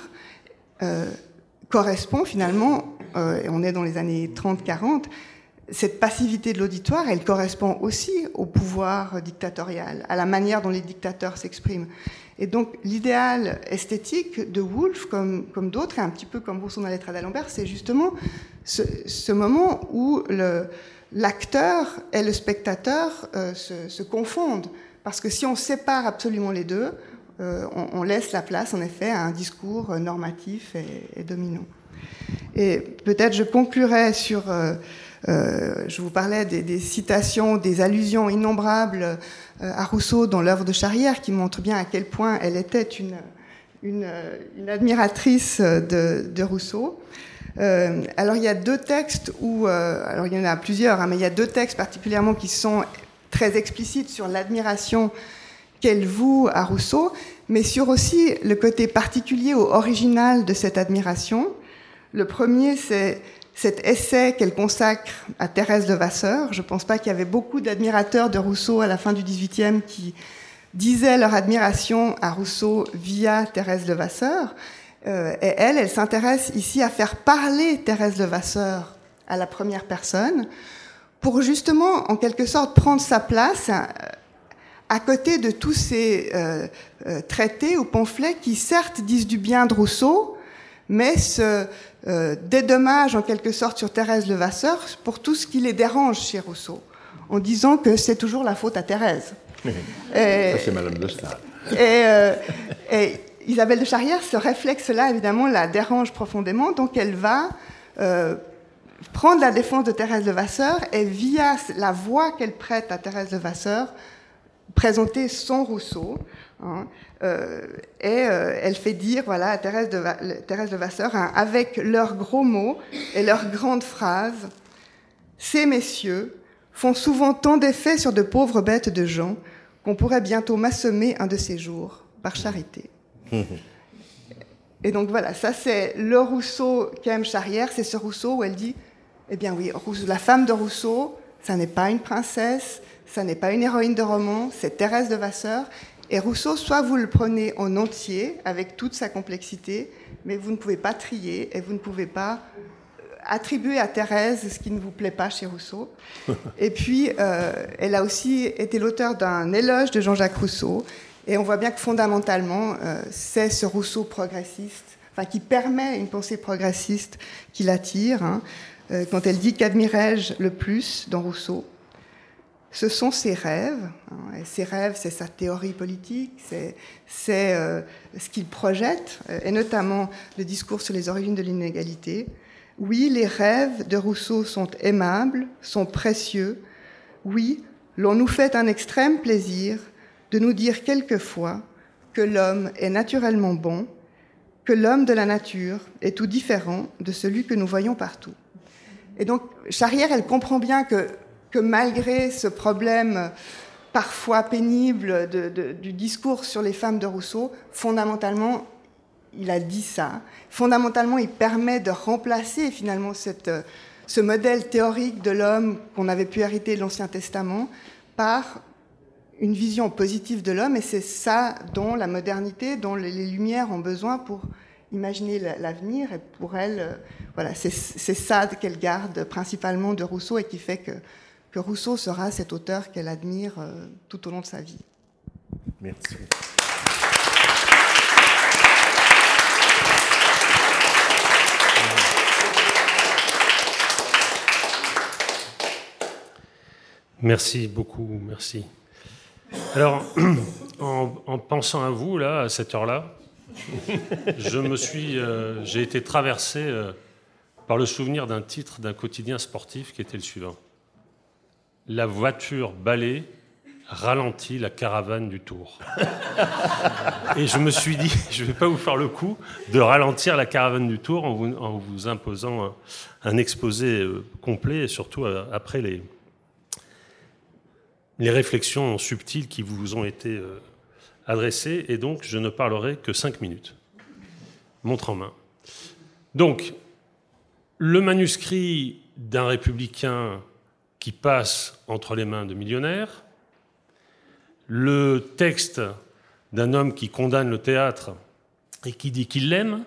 correspond finalement, et on est dans les années 30-40, cette passivité de l'auditoire, elle correspond aussi au pouvoir dictatorial, à la manière dont les dictateurs s'expriment. Et donc l'idéal esthétique de Woolf, comme d'autres, et un petit peu comme Rousseau dans Lettres d'Alembert, c'est justement ce moment où l'acteur et le spectateur se confondent. Parce que si on sépare absolument les deux, on laisse la place, en effet, à un discours normatif et dominant. Et peut-être je conclurai sur... je vous parlais des citations, des allusions innombrables à Rousseau dans l'œuvre de Charrière, qui montrent bien à quel point elle était une admiratrice de Rousseau. Alors il y a deux textes alors il y en a plusieurs, hein, mais il y a deux textes particulièrement qui sont très explicites sur l'admiration qu'elle voue à Rousseau, mais sur aussi le côté particulier ou original de cette admiration. Le premier, c'est cet essai qu'elle consacre à Thérèse Levasseur. Je ne pense pas qu'il y avait beaucoup d'admirateurs de Rousseau à la fin du XVIIIe qui disaient leur admiration à Rousseau via Thérèse Levasseur. Et elle s'intéresse ici à faire parler Thérèse Levasseur à la première personne pour justement, en quelque sorte, prendre sa place à côté de tous ces traités ou pamphlets qui, certes, disent du bien de Rousseau, mais dédommage en quelque sorte sur Thérèse Levasseur pour tout ce qui les dérange chez Rousseau, en disant que c'est toujours la faute à Thérèse. Ça, c'est Madame de Staël. Et Isabelle de Charrière, ce réflexe-là, évidemment, la dérange profondément, donc elle va prendre la défense de Thérèse Levasseur et, via la voix qu'elle prête à Thérèse Levasseur, présenter son Rousseau. Hein, elle fait dire voilà, à Thérèse Levasseur, hein, avec leurs gros mots et leurs grandes phrases, ces messieurs font souvent tant d'effets sur de pauvres bêtes de gens qu'on pourrait bientôt m'assommer un de ces jours, par charité. Et donc voilà, ça c'est le Rousseau qu'aime Charrière, c'est ce Rousseau où elle dit, eh bien oui, la femme de Rousseau, ça n'est pas une princesse, ça n'est pas une héroïne de roman, c'est Thérèse Levasseur. Et Rousseau, soit vous le prenez en entier, avec toute sa complexité, mais vous ne pouvez pas trier et vous ne pouvez pas attribuer à Thérèse ce qui ne vous plaît pas chez Rousseau. Et puis, elle a aussi été l'auteur d'un éloge de Jean-Jacques Rousseau. Et on voit bien que fondamentalement, c'est ce Rousseau progressiste, enfin qui permet une pensée progressiste qui l'attire. Hein, quand elle dit « qu'admirais-je le plus dans Rousseau ?» Ce sont ses rêves. Hein, et ses rêves, c'est sa théorie politique, c'est ce qu'il projette, et notamment le discours sur les origines de l'inégalité. Oui, les rêves de Rousseau sont aimables, sont précieux. Oui, l'on nous fait un extrême plaisir de nous dire quelquefois que l'homme est naturellement bon, que l'homme de la nature est tout différent de celui que nous voyons partout. Et donc, Charrière, elle comprend bien que malgré ce problème parfois pénible du discours sur les femmes de Rousseau, fondamentalement, il a dit ça. Fondamentalement, il permet de remplacer finalement ce modèle théorique de l'homme qu'on avait pu hériter de l'Ancien Testament par une vision positive de l'homme, et c'est ça dont la modernité, dont les Lumières ont besoin pour imaginer l'avenir, et pour elle, voilà, c'est ça qu'elle garde principalement de Rousseau et qui fait que Rousseau sera cet auteur qu'elle admire tout au long de sa vie. Merci. Merci beaucoup, merci. Alors, en pensant à vous, là, à cette heure-là, j'ai été traversé par le souvenir d'un titre d'un quotidien sportif qui était le suivant. La voiture balai ralentit la caravane du Tour. Et je me suis dit, je ne vais pas vous faire le coup de ralentir la caravane du Tour en vous imposant un exposé complet, et surtout après les réflexions subtiles qui vous ont été adressées. Et donc, je ne parlerai que 5 minutes. Montre en main. Donc, le manuscrit d'un républicain qui passe entre les mains de millionnaires, le texte d'un homme qui condamne le théâtre et qui dit qu'il l'aime,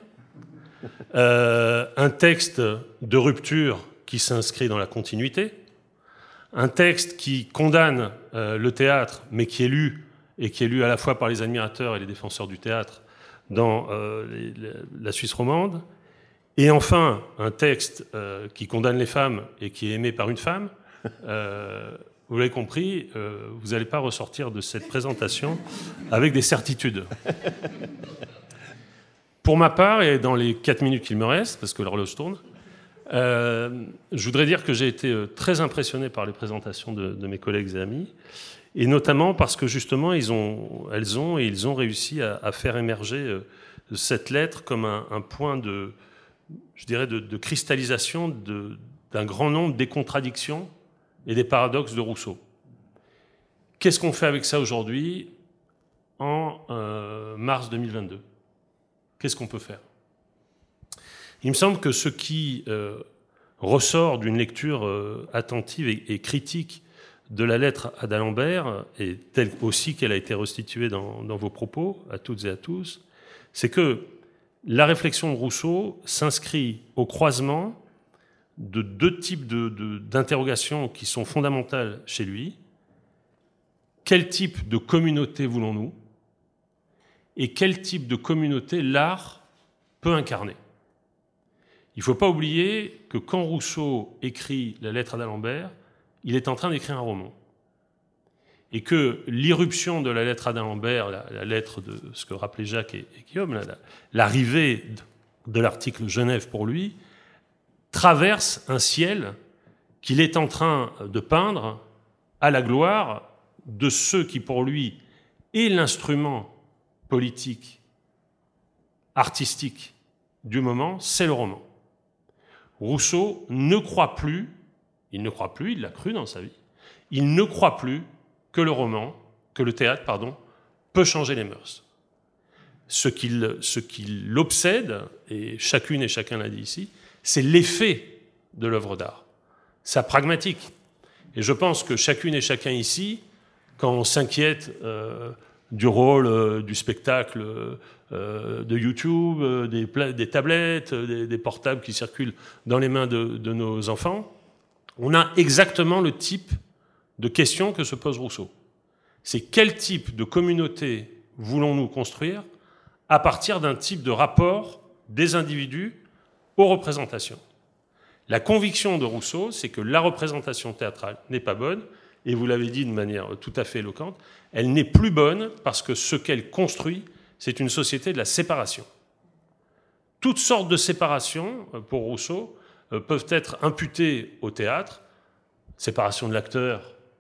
un texte de rupture qui s'inscrit dans la continuité, un texte qui condamne le théâtre, mais qui est lu, et qui est lu à la fois par les admirateurs et les défenseur du théâtre dans la Suisse romande, et enfin un texte qui condamne les femmes et qui est aimé par une femme. Vous l'avez compris, vous n'allez pas ressortir de cette présentation avec des certitudes. Pour ma part, et dans les 4 minutes qu'il me reste, parce que l'horloge tourne, je voudrais dire que j'ai été très impressionné par les présentations de mes collègues et amis, et notamment parce que justement ils ont réussi à faire émerger cette lettre comme un point de cristallisation d'un grand nombre des contradictions et des paradoxes de Rousseau. Qu'est-ce qu'on fait avec ça aujourd'hui, en mars 2022 ? Qu'est-ce qu'on peut faire ? Il me semble que ce qui ressort d'une lecture attentive et critique de la lettre à d'Alembert, et telle aussi qu'elle a été restituée dans vos propos, à toutes et à tous, c'est que la réflexion de Rousseau s'inscrit au croisement de 2 types d'interrogations qui sont fondamentales chez lui. Quel type de communauté voulons-nous ? Et quel type de communauté l'art peut incarner ? Il ne faut pas oublier que quand Rousseau écrit la lettre à d'Alembert, il est en train d'écrire un roman. Et que l'irruption de la lettre à d'Alembert, la lettre de ce que rappelaient Jacques et Guillaume, l'arrivée de l'article Genève pour lui, traverse un ciel qu'il est en train de peindre à la gloire de ceux qui, pour lui, est l'instrument politique, artistique du moment, c'est le roman. Rousseau ne croit plus, il l'a cru dans sa vie, il ne croit plus que le théâtre, peut changer les mœurs. Ce qui l'obsède, et chacune et chacun l'a dit ici, c'est l'effet de l'œuvre d'art, sa pragmatique. Et je pense que chacune et chacun ici, quand on s'inquiète du rôle du spectacle de YouTube, des tablettes, des portables qui circulent dans les mains de nos enfants, on a exactement le type de question que se pose Rousseau. C'est quel type de communauté voulons-nous construire à partir d'un type de rapport des individus aux représentations. La conviction de Rousseau, c'est que la représentation théâtrale n'est pas bonne, et vous l'avez dit de manière tout à fait éloquente, elle n'est plus bonne parce que ce qu'elle construit, c'est une société de la séparation. Toutes sortes de séparations, pour Rousseau, peuvent être imputées au théâtre, séparation de l'acteur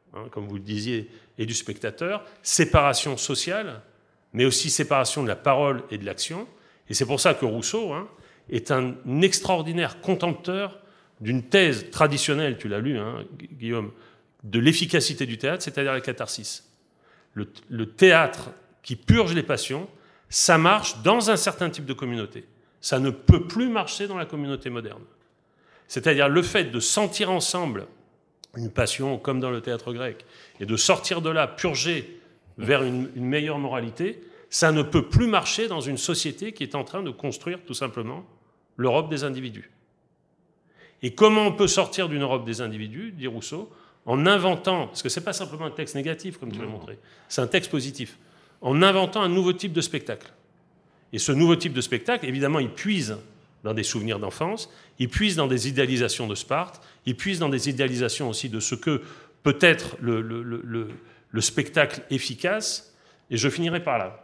comme vous le disiez, et du spectateur, séparation sociale, mais aussi séparation de la parole et de l'action. Et c'est pour ça que Rousseau est un extraordinaire contempteur d'une thèse traditionnelle, tu l'as lu, Guillaume, de l'efficacité du théâtre, c'est-à-dire la catharsis. Le théâtre qui purge les passions, ça marche dans un certain type de communauté. Ça ne peut plus marcher dans la communauté moderne. C'est-à-dire le fait de sentir ensemble une passion, comme dans le théâtre grec, et de sortir de là, purger vers une meilleure moralité, ça ne peut plus marcher dans une société qui est en train de construire tout simplement l'Europe des individus. Et comment on peut sortir d'une Europe des individus, dit Rousseau, en inventant, parce que ce n'est pas simplement un texte négatif, comme tu l'as montré, c'est un texte positif, en inventant un nouveau type de spectacle. Et ce nouveau type de spectacle, évidemment, il puise dans des souvenirs d'enfance, il puise dans des idéalisations de Sparte, il puise dans des idéalisations aussi de ce que peut être le spectacle efficace. Et je finirai par là.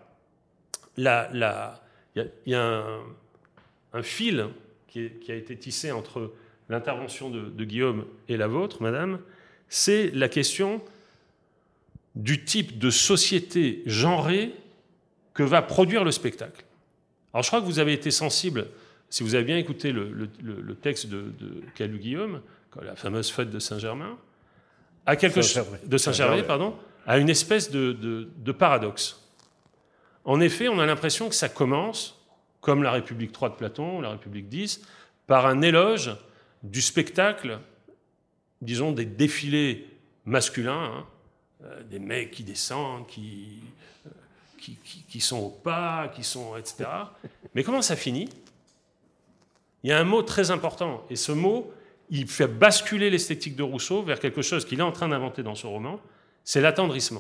Il y a un fil qui a été tissé entre l'intervention de Guillaume et la vôtre, madame, c'est la question du type de société genrée que va produire le spectacle. Alors je crois que vous avez été sensible, si vous avez bien écouté le texte qu'a lu Guillaume, la fameuse fête de Saint-Germain, à une espèce de paradoxe. En effet, on a l'impression que ça commence, comme la République 3 de Platon, ou la République 10, par un éloge du spectacle, disons des défilés masculins, des mecs qui descendent, qui sont au pas, etc. Mais comment ça finit ? Il y a un mot très important, et ce mot, il fait basculer l'esthétique de Rousseau vers quelque chose qu'il est en train d'inventer dans ce roman, c'est l'attendrissement.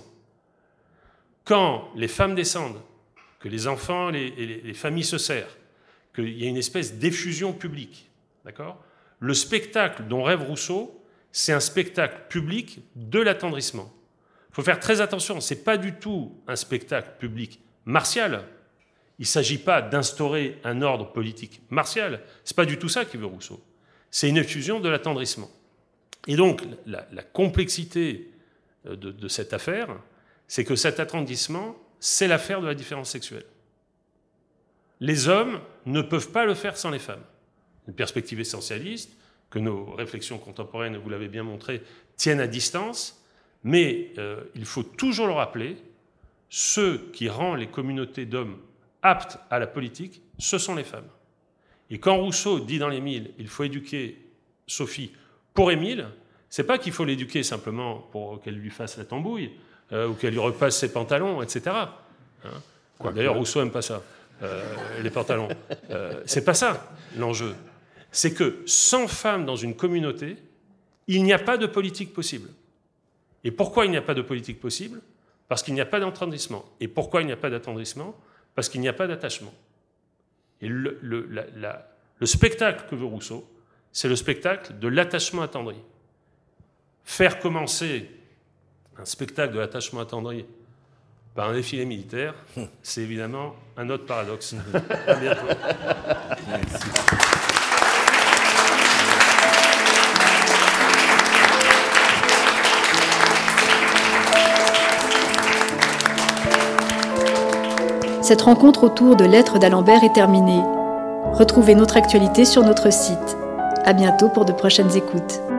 Quand les femmes descendent, que les enfants, les familles se serrent, qu'il y a une espèce d'effusion publique, d'accord ? Le spectacle dont rêve Rousseau, c'est un spectacle public de l'attendrissement. Il faut faire très attention, ce n'est pas du tout un spectacle public martial. Il ne s'agit pas d'instaurer un ordre politique martial. Ce n'est pas du tout ça qu'il veut Rousseau. C'est une effusion de l'attendrissement. Et donc, la complexité de cette affaire, c'est que cet attendrissement, c'est l'affaire de la différence sexuelle. Les hommes ne peuvent pas le faire sans les femmes. Une perspective essentialiste, que nos réflexions contemporaines, vous l'avez bien montré, tiennent à distance, mais il faut toujours le rappeler, ce qui rend les communautés d'hommes aptes à la politique, ce sont les femmes. Et quand Rousseau dit dans l'Émile, il faut éduquer Sophie pour Émile, c'est pas qu'il faut l'éduquer simplement pour qu'elle lui fasse la tambouille, ou qu'elle lui repasse ses pantalons, etc. D'ailleurs, Rousseau n'aime pas ça, les pantalons. C'est pas ça, l'enjeu. C'est que sans femmes dans une communauté, il n'y a pas de politique possible. Et pourquoi il n'y a pas de politique possible ? Parce qu'il n'y a pas d'attendrissement. Et pourquoi il n'y a pas d'attendrissement ? Parce qu'il n'y a pas d'attachement. Et le spectacle que veut Rousseau, c'est le spectacle de l'attachement attendri. Faire commencer un spectacle de l'attachement attendri par un défilé militaire, c'est évidemment un autre paradoxe. À bientôt. Merci. Cette rencontre autour de Lettres d'Alembert est terminée. Retrouvez notre actualité sur notre site. À bientôt pour de prochaines écoutes.